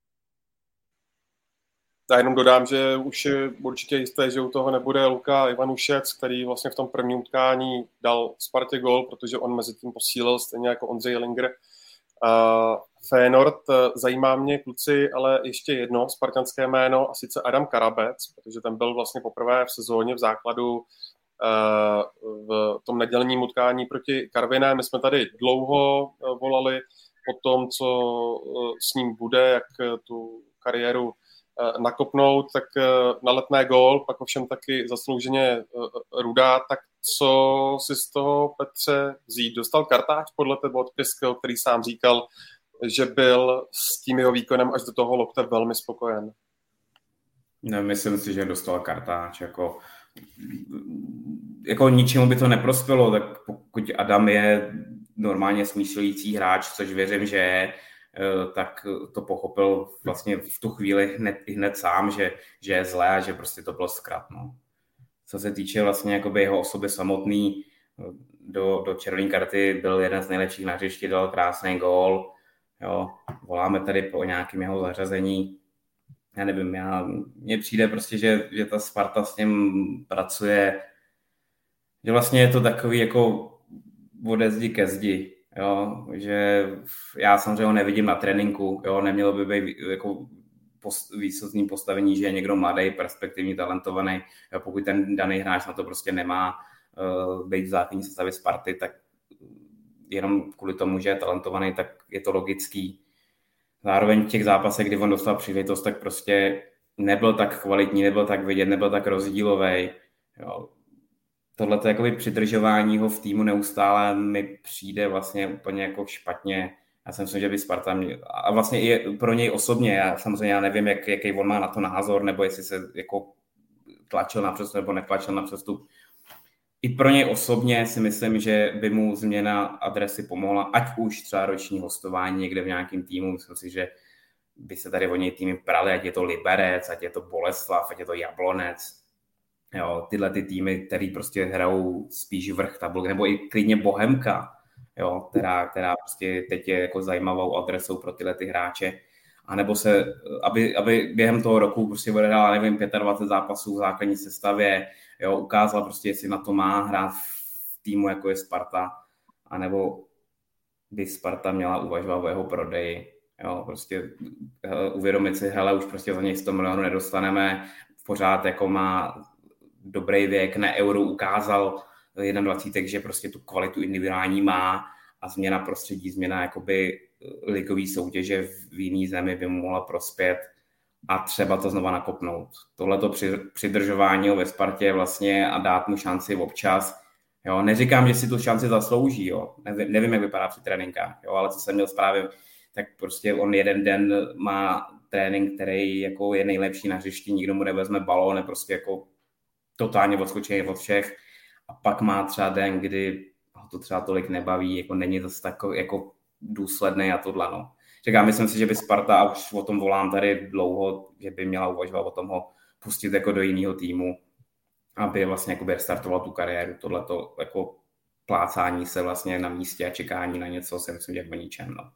Já jenom dodám, že už je určitě jisté, že u toho nebude Luka Ivanušec, který vlastně v tom prvním utkání dal Spartě gól, protože on mezi tím posílil stejně jako Ondřej Linger. Uh, Fénord, zajímá mě, kluci, ale ještě jedno spartanské jméno, a sice Adam Karabec, protože ten byl vlastně poprvé v sezóně v základu v tom nedělním utkání proti Karviné. My jsme tady dlouho volali po tom, co s ním bude, jak tu kariéru nakopnout, tak na Letné gól, pak ovšem taky zaslouženě Rudá. Tak co si z toho, Petře, vzít? Dostal kartáč podle tebe od Piského, který sám říkal, že byl s tím jeho výkonem až do toho lokte velmi spokojen? Nemyslím si, že dostal kartáč. Jako, jako ničemu by to neprospělo, tak pokud Adam je normálně smýšlející hráč, což věřím, že je, tak to pochopil vlastně v tu chvíli hned, hned sám, že, že je zlé a že prostě to bylo zkrat. No. Co se týče vlastně jakoby jeho osoby samotný, do, do červené karty byl jeden z nejlepších na hřišti, dal krásný gól. Jo, voláme tady po nějakém jeho zařazení. Já nevím, já, mně přijde prostě, že, že ta Sparta s ním pracuje, že vlastně je to takový jako ode zdi ke zdi. Jo, že já samozřejmě ho nevidím na tréninku, jo, nemělo by být jako post, výsostný postavení, že je někdo mladý, perspektivní, talentovaný. Jo, pokud ten daný hráč na to prostě nemá uh, být v základní sestavě Sparty, tak jenom kvůli tomu, že je talentovaný, tak je to logický. Zároveň v těch zápasech, kdy on dostal příležitost, tak prostě nebyl tak kvalitní, nebyl tak vidět, nebyl tak rozdílový. Tohle to jakoby přidržování ho v týmu neustále mi přijde vlastně úplně jako špatně. Já si myslím, že by Sparta měl, a vlastně i pro něj osobně, já samozřejmě já nevím, jak, jaký on má na to názor, nebo jestli se jako tlačil na přestup, nebo netlačil na přestup. I pro něj osobně si myslím, že by mu změna adresy pomohla, ať už třeba roční hostování někde v nějakém týmu. Myslím si, že by se tady o něj týmy prali, ať je to Liberec, ať je to Boleslav, ať je to Jablonec. Jo, tyhle ty týmy, který prostě hrajou spíš vrch tabulky, nebo i klidně Bohemka, jo, která, která prostě teď je jako zajímavou adresou pro tyhle ty hráče. A nebo se, aby, aby během toho roku prostě odehrál, nevím, dvacet pět zápasů v základní sestavě, jo, ukázal prostě, jestli na to má hrát v týmu, jako je Sparta, anebo by Sparta měla uvažovat o jeho prodeji. Jo, prostě uvědomit si, hele, už prostě za něj sto milionů nedostaneme, pořád jako má dobrý věk, na Euro ukázal dvacet jedna, že prostě tu kvalitu individuální má a změna prostředí, změna jakoby ligový soutěže v jiný zemi by mu mohla prospět a třeba to znova nakopnout. Tohleto přidržování ve Spartě vlastně a dát mu šanci občas. Jo, neříkám, že si tu šanci zaslouží, jo. Nevím, nevím, jak vypadá při tréninkách, jo, ale co jsem měl zprávy, tak prostě on jeden den má trénink, který jako je nejlepší na hřišti, nikdo mu nevezme balón, je prostě jako totálně odskočený od všech a pak má třeba den, kdy ho to třeba tolik nebaví, jako není zase takový jako důsledný a tohle, no. Říkám, myslím si, že by Sparta, a už o tom volám tady dlouho, že by měla uvažovat o tom ho pustit jako do jiného týmu, aby vlastně jako restartoval tu kariéru. Tohleto jako plácání se vlastně na místě a čekání na něco si myslím, že je o ničem, no.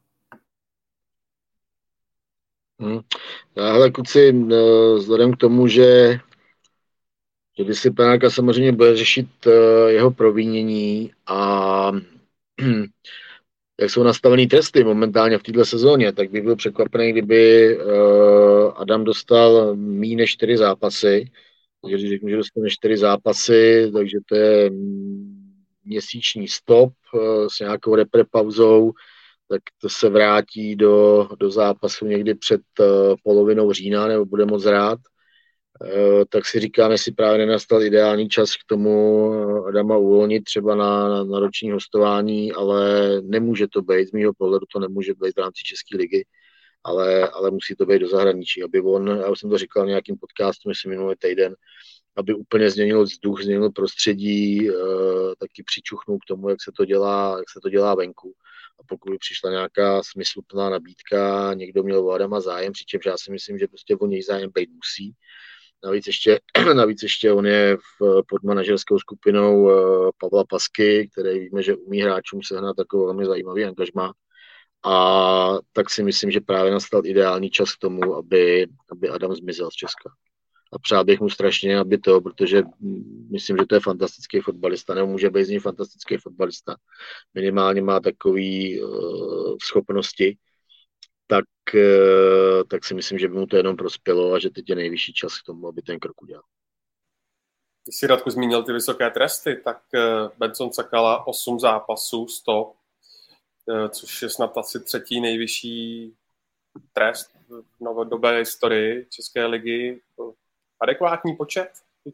Hmm. Hele, kluci, vzhledem k tomu, že že disciplinárka samozřejmě bude řešit jeho provinění a jak jsou nastavený tresty momentálně v této sezóně, tak bych byl překvapený, kdyby Adam dostal méně než čtyři zápasy. Takže když řeknu, že dostane čtyři zápasy, takže to je měsíční stop s nějakou repre pauzou, tak to se vrátí do, do zápasu někdy před polovinou října, nebo bude moc rád. Tak si říkám, jestli právě nenastal ideální čas k tomu Adama uvolnit třeba na, na roční hostování, ale nemůže to být, z mýho pohledu to nemůže být v rámci České ligy, ale, ale musí to být do zahraničí, aby on, já už jsem to říkal v nějakým podcastu, myslím minulý týden, aby úplně změnil vzduch, změnil prostředí, taky přičuchnul k tomu, jak se to dělá, jak se to dělá venku. A pokud by přišla nějaká smysluplná nabídka, někdo měl o Adama zájem, přičemž já si myslím, že prostě o něj zájem být musí. Navíc ještě, navíc ještě on je v, pod manažerskou skupinou uh, Pavla Pasky, který víme, že umí hráčům sehnat takový velmi zajímavý angažmá. A tak si myslím, že právě nastal ideální čas k tomu, aby, aby Adam zmizel z Česka. A přál bych mu strašně, aby to, protože myslím, že to je fantastický fotbalista, nebo může být z něj fantastický fotbalista. Minimálně má takové uh, schopnosti, tak, uh, tak si myslím, že by mu to jenom prospělo a že teď je nejvyšší čas k tomu, aby ten krok udělal. Když si Radku zmínil ty vysoké tresty, tak Benson Sakala osm zápasů, sto, což je snad asi třetí nejvyšší trest v novodobé historii České ligy. Adekvátní počet?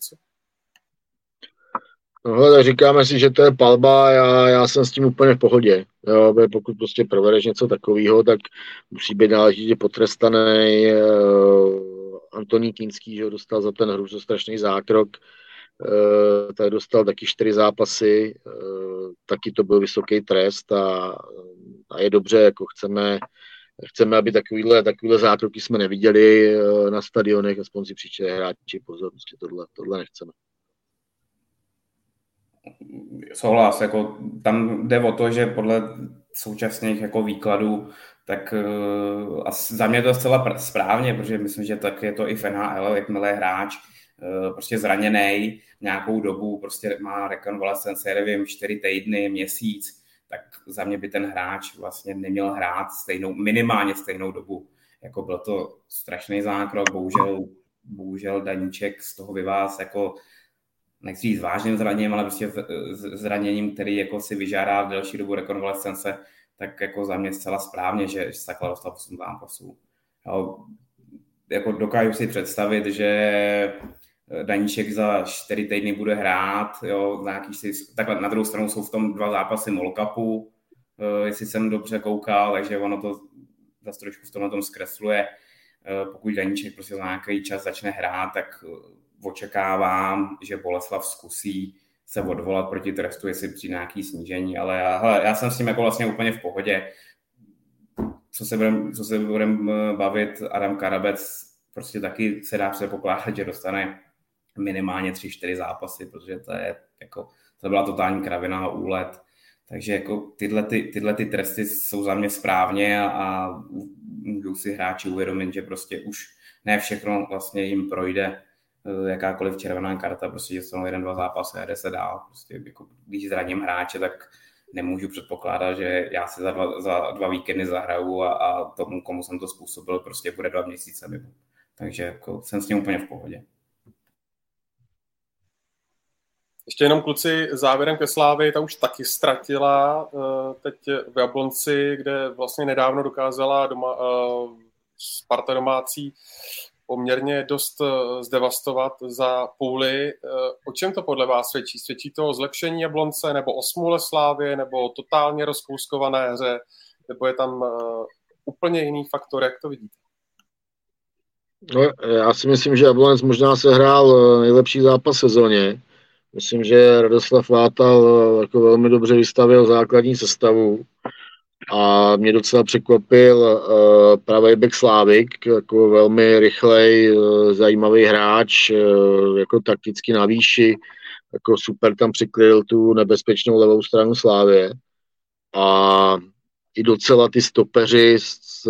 No, tak říkáme si, že to je palba, já, já jsem s tím úplně v pohodě. Jo, pokud prostě provedeš něco takového, tak musí být náležitě potrestaný. Antonín Kínský, že ho dostal za ten hrůzostrašný zákrok, tak dostal taky čtyři zápasy, taky to byl vysoký trest a, a je dobře, jako chceme, chceme, aby takovýhle, takovýhle zákroky jsme neviděli na stadionech, aspoň si příště hráči pozor, prostě tohle, tohle nechceme. Souhlas, jako tam jde o to, že podle současných jako výkladů, tak uh, a za mě to je zcela správně, protože myslím, že tak je to i v N H L, jakmile hráč uh, prostě zraněnej nějakou dobu, prostě má rekonvalescenci, nevím, čtyři týdny, měsíc, tak za mě by ten hráč vlastně neměl hrát stejnou, minimálně stejnou dobu. Jako byl to strašný zákrok, bohužel, bohužel Daníček z toho vyváz jako nechci říct vážným zraněním, ale prostě zraněním, který jako si vyžádá delší dobu rekonvalescence, tak jako za mě zcela správně, že takhle dostal osm zápasů. Jo, jako dokážu si představit, že Daníček za čtyři týdny bude hrát, jo, nějaký si, takhle na druhou stranu jsou v tom dva zápasy Mall Cupu, jestli jsem dobře koukal, takže ono to zase trošku v tomhle tom zkresluje. Pokud Daníček prostě za nějaký čas začne hrát, tak očekávám, že Boleslav zkusí se odvolat proti trestu, jestli přijde nějaký snížení, ale já, hele, já jsem s tím jako vlastně úplně v pohodě. Co se budeme co se budem bavit, Adam Karabec prostě taky se dá předpokládat, že dostane minimálně tři čtyři zápasy, protože to je jako, to byla totální kravina a úlet. Takže jako tyhle, ty, tyhle ty tresty jsou za mě správně a, a můžou si hráči uvědomit, že prostě už ne všechno vlastně jim projde, jakákoliv červená karta, prostě že jsou jeden, dva zápasy a jde se dál. Prostě jako, když zraním hráče, tak nemůžu předpokládat, že já si za dva, za dva víkendy zahraju a, a tomu, komu jsem to způsobil, prostě bude dva měsíce mimo. Takže jako, jsem s tím úplně v pohodě. Ještě jenom kluci, závěrem ke Slávii, ta už taky ztratila teď v Jablonci, kde vlastně nedávno dokázala doma, Sparta domácí poměrně dost zdevastovat za půli. O čem to podle vás svědčí? Svědčí to o zlepšení Jablonce, nebo o smůle Slávie, nebo o totálně rozkouskované hře, nebo je tam úplně jiný faktor, jak to vidíte? No, já si myslím, že Jablonec možná se hrál nejlepší zápas sezóně. Myslím, že Radoslav Vátal jako velmi dobře vystavil základní sestavu a mě docela překvapil uh, pravý back Slávik, jako velmi rychlej, uh, zajímavý hráč, uh, jako takticky na výši, jako super tam přikryl tu nebezpečnou levou stranu Slávie a i docela ty stopeři s,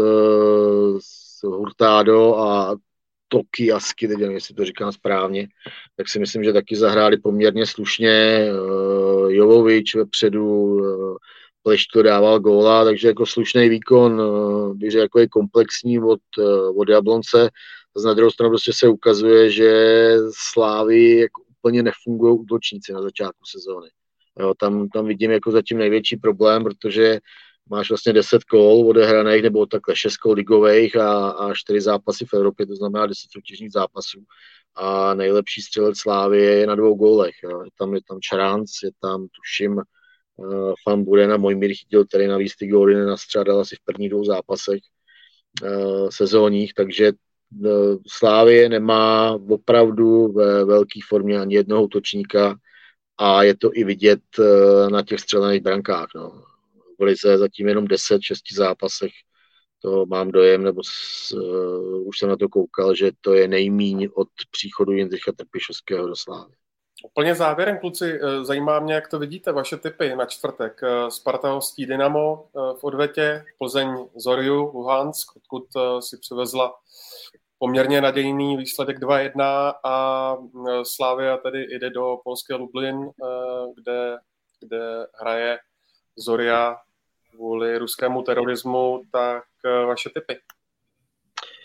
s Hurtado a Toki Asky, teď nevím, jestli to říkám správně, tak si myslím, že taky zahráli poměrně slušně. Uh, Jovovič vepředu, uh, Pleš to dával góla, takže jako slušný výkon, uh, bych řekl, jako je komplexní od, uh, od Jablonce. Na druhou stranu prostě se ukazuje, že Slávy jako úplně nefungují útočníci na začátku sezóny. Jo, tam, tam vidím jako zatím největší problém, protože máš vlastně deset kol odehraných, nebo takhle šest kol ligových a, a čtyři zápasy v Evropě, to znamená deset soutěžních zápasů. A nejlepší střelec Slávie je na dvou gólech. Jo. Je tam, je tam Čaránc, je tam, tuším, uh, Fan Buren a Mojmír Chytil, který navíc ty góly nenastřádal asi v prvních dvou zápasech uh, sezónních, takže uh, Slávie nemá opravdu ve velké formě ani jednoho útočníka a je to i vidět uh, na těch střelených brankách. No. V lize zatím jenom deset, šesti zápasech, to mám dojem, nebo s, uh, už jsem na to koukal, že to je nejmíň od příchodu Jindřicha Trpišovského do Slávy. Úplně závěrem, kluci, zajímá mě, jak to vidíte, vaše tipy na čtvrtek. Sparta hostí Dynamo v odvetě, Plzeň Zorju, Luhansk, odkud si přivezla poměrně nadějný výsledek dva jedna a Slavia tedy jde do polské Lublin, kde, kde hraje Zorja kvůli ruskému terorismu, tak vaše tipy.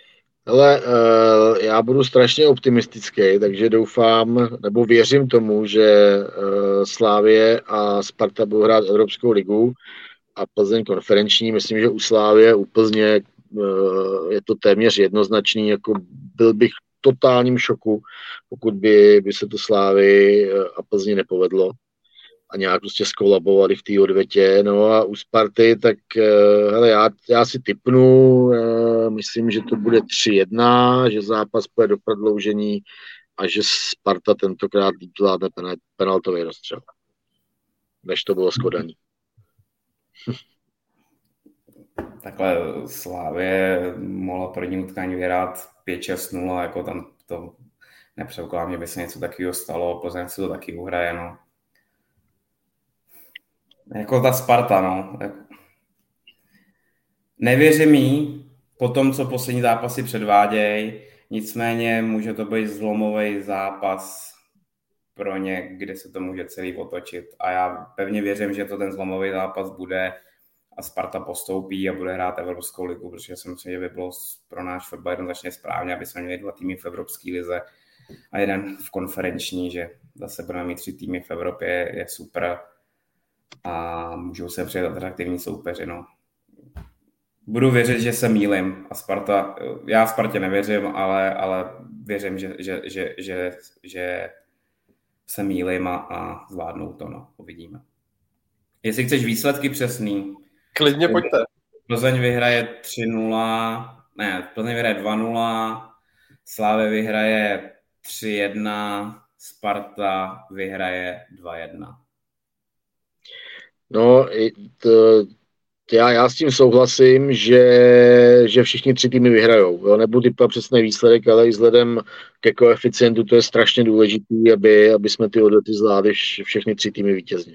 Ale uh, já budu strašně optimistický, takže doufám, nebo věřím tomu, že uh, Slavie a Sparta budou hrát Evropskou ligu a Plzeň konferenční. Myslím, že u Slavie, u Plzně uh, je to téměř jednoznačný, jako byl bych v totálním šoku, pokud by, by se to Slavii a Plzni nepovedlo a nějak prostě skolabovali v té odvětě. No a u Sparty, tak hele, já, já si tipnu, myslím, že to bude tři jedna, že zápas půjde do prodloužení a že Sparta tentokrát zvládne penaltový rozstřel, než to bylo s Kodaní. Takhle Slavie mohla první utkání vyhrát pět šest nula, jako tam to nepředpokládám, že by se něco takového stalo, Plzeň si to taky uhraje, no. Jako ta Sparta, no. Nevěřím jí po tom, co poslední zápasy předvádějí, nicméně může to být zlomový zápas pro ně, kde se to může celý otočit. A já pevně věřím, že to ten zlomový zápas bude a Sparta postoupí a bude hrát Evropskou ligu, protože si myslím, že by bylo pro náš fotbal jednoznačně správně, aby jsme měli dva týmy v Evropské lize a jeden v konferenční, že zase budeme mít tři týmy v Evropě, je super a můžou se přijet atraktivní soupeři. No. Budu věřit, že se mýlim a Sparta, já Spartě nevěřím, ale, ale věřím, že, že, že, že, že se mýlim a, a zvládnou to, no, uvidíme. Jestli chceš výsledky přesný. Klidně pojďte. Plzeň vyhraje tři nula, ne, Plzeň vyhraje dva nula, Slavie vyhraje tři jedna, Sparta vyhraje dva jedna. No, to, já, já s tím souhlasím, že, že všichni tři týmy vyhrajou. Jo? Nebudu typovat přesný výsledek, ale i vzhledem ke koeficientu to je strašně důležitý, aby, aby jsme ty odlety zvládli všechny tři týmy vítězně.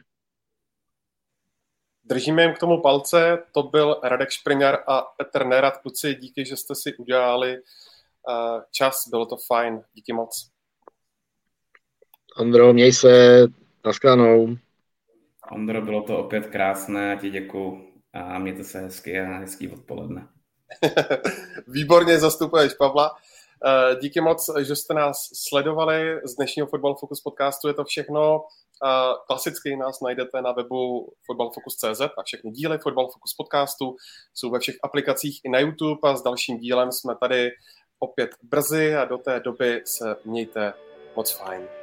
Držíme jim k tomu palce, to byl Radek Špriňar a Petr Nerad. Kluci, díky, že jste si udělali čas, bylo to fajn, díky moc. Ondro, měj se, naschledanou. Ondro, bylo to opět krásné, a ti děkuju a mějte se hezky a hezký odpoledne. Výborně zastupuješ Pavla. Díky moc, že jste nás sledovali. Z dnešního Football Focus podcastu je to všechno. Klasicky nás najdete na webu football focus tečka cé zet a všechny díly Football Focus podcastu jsou ve všech aplikacích i na YouTube a s dalším dílem jsme tady opět brzy a do té doby se mějte moc fajn.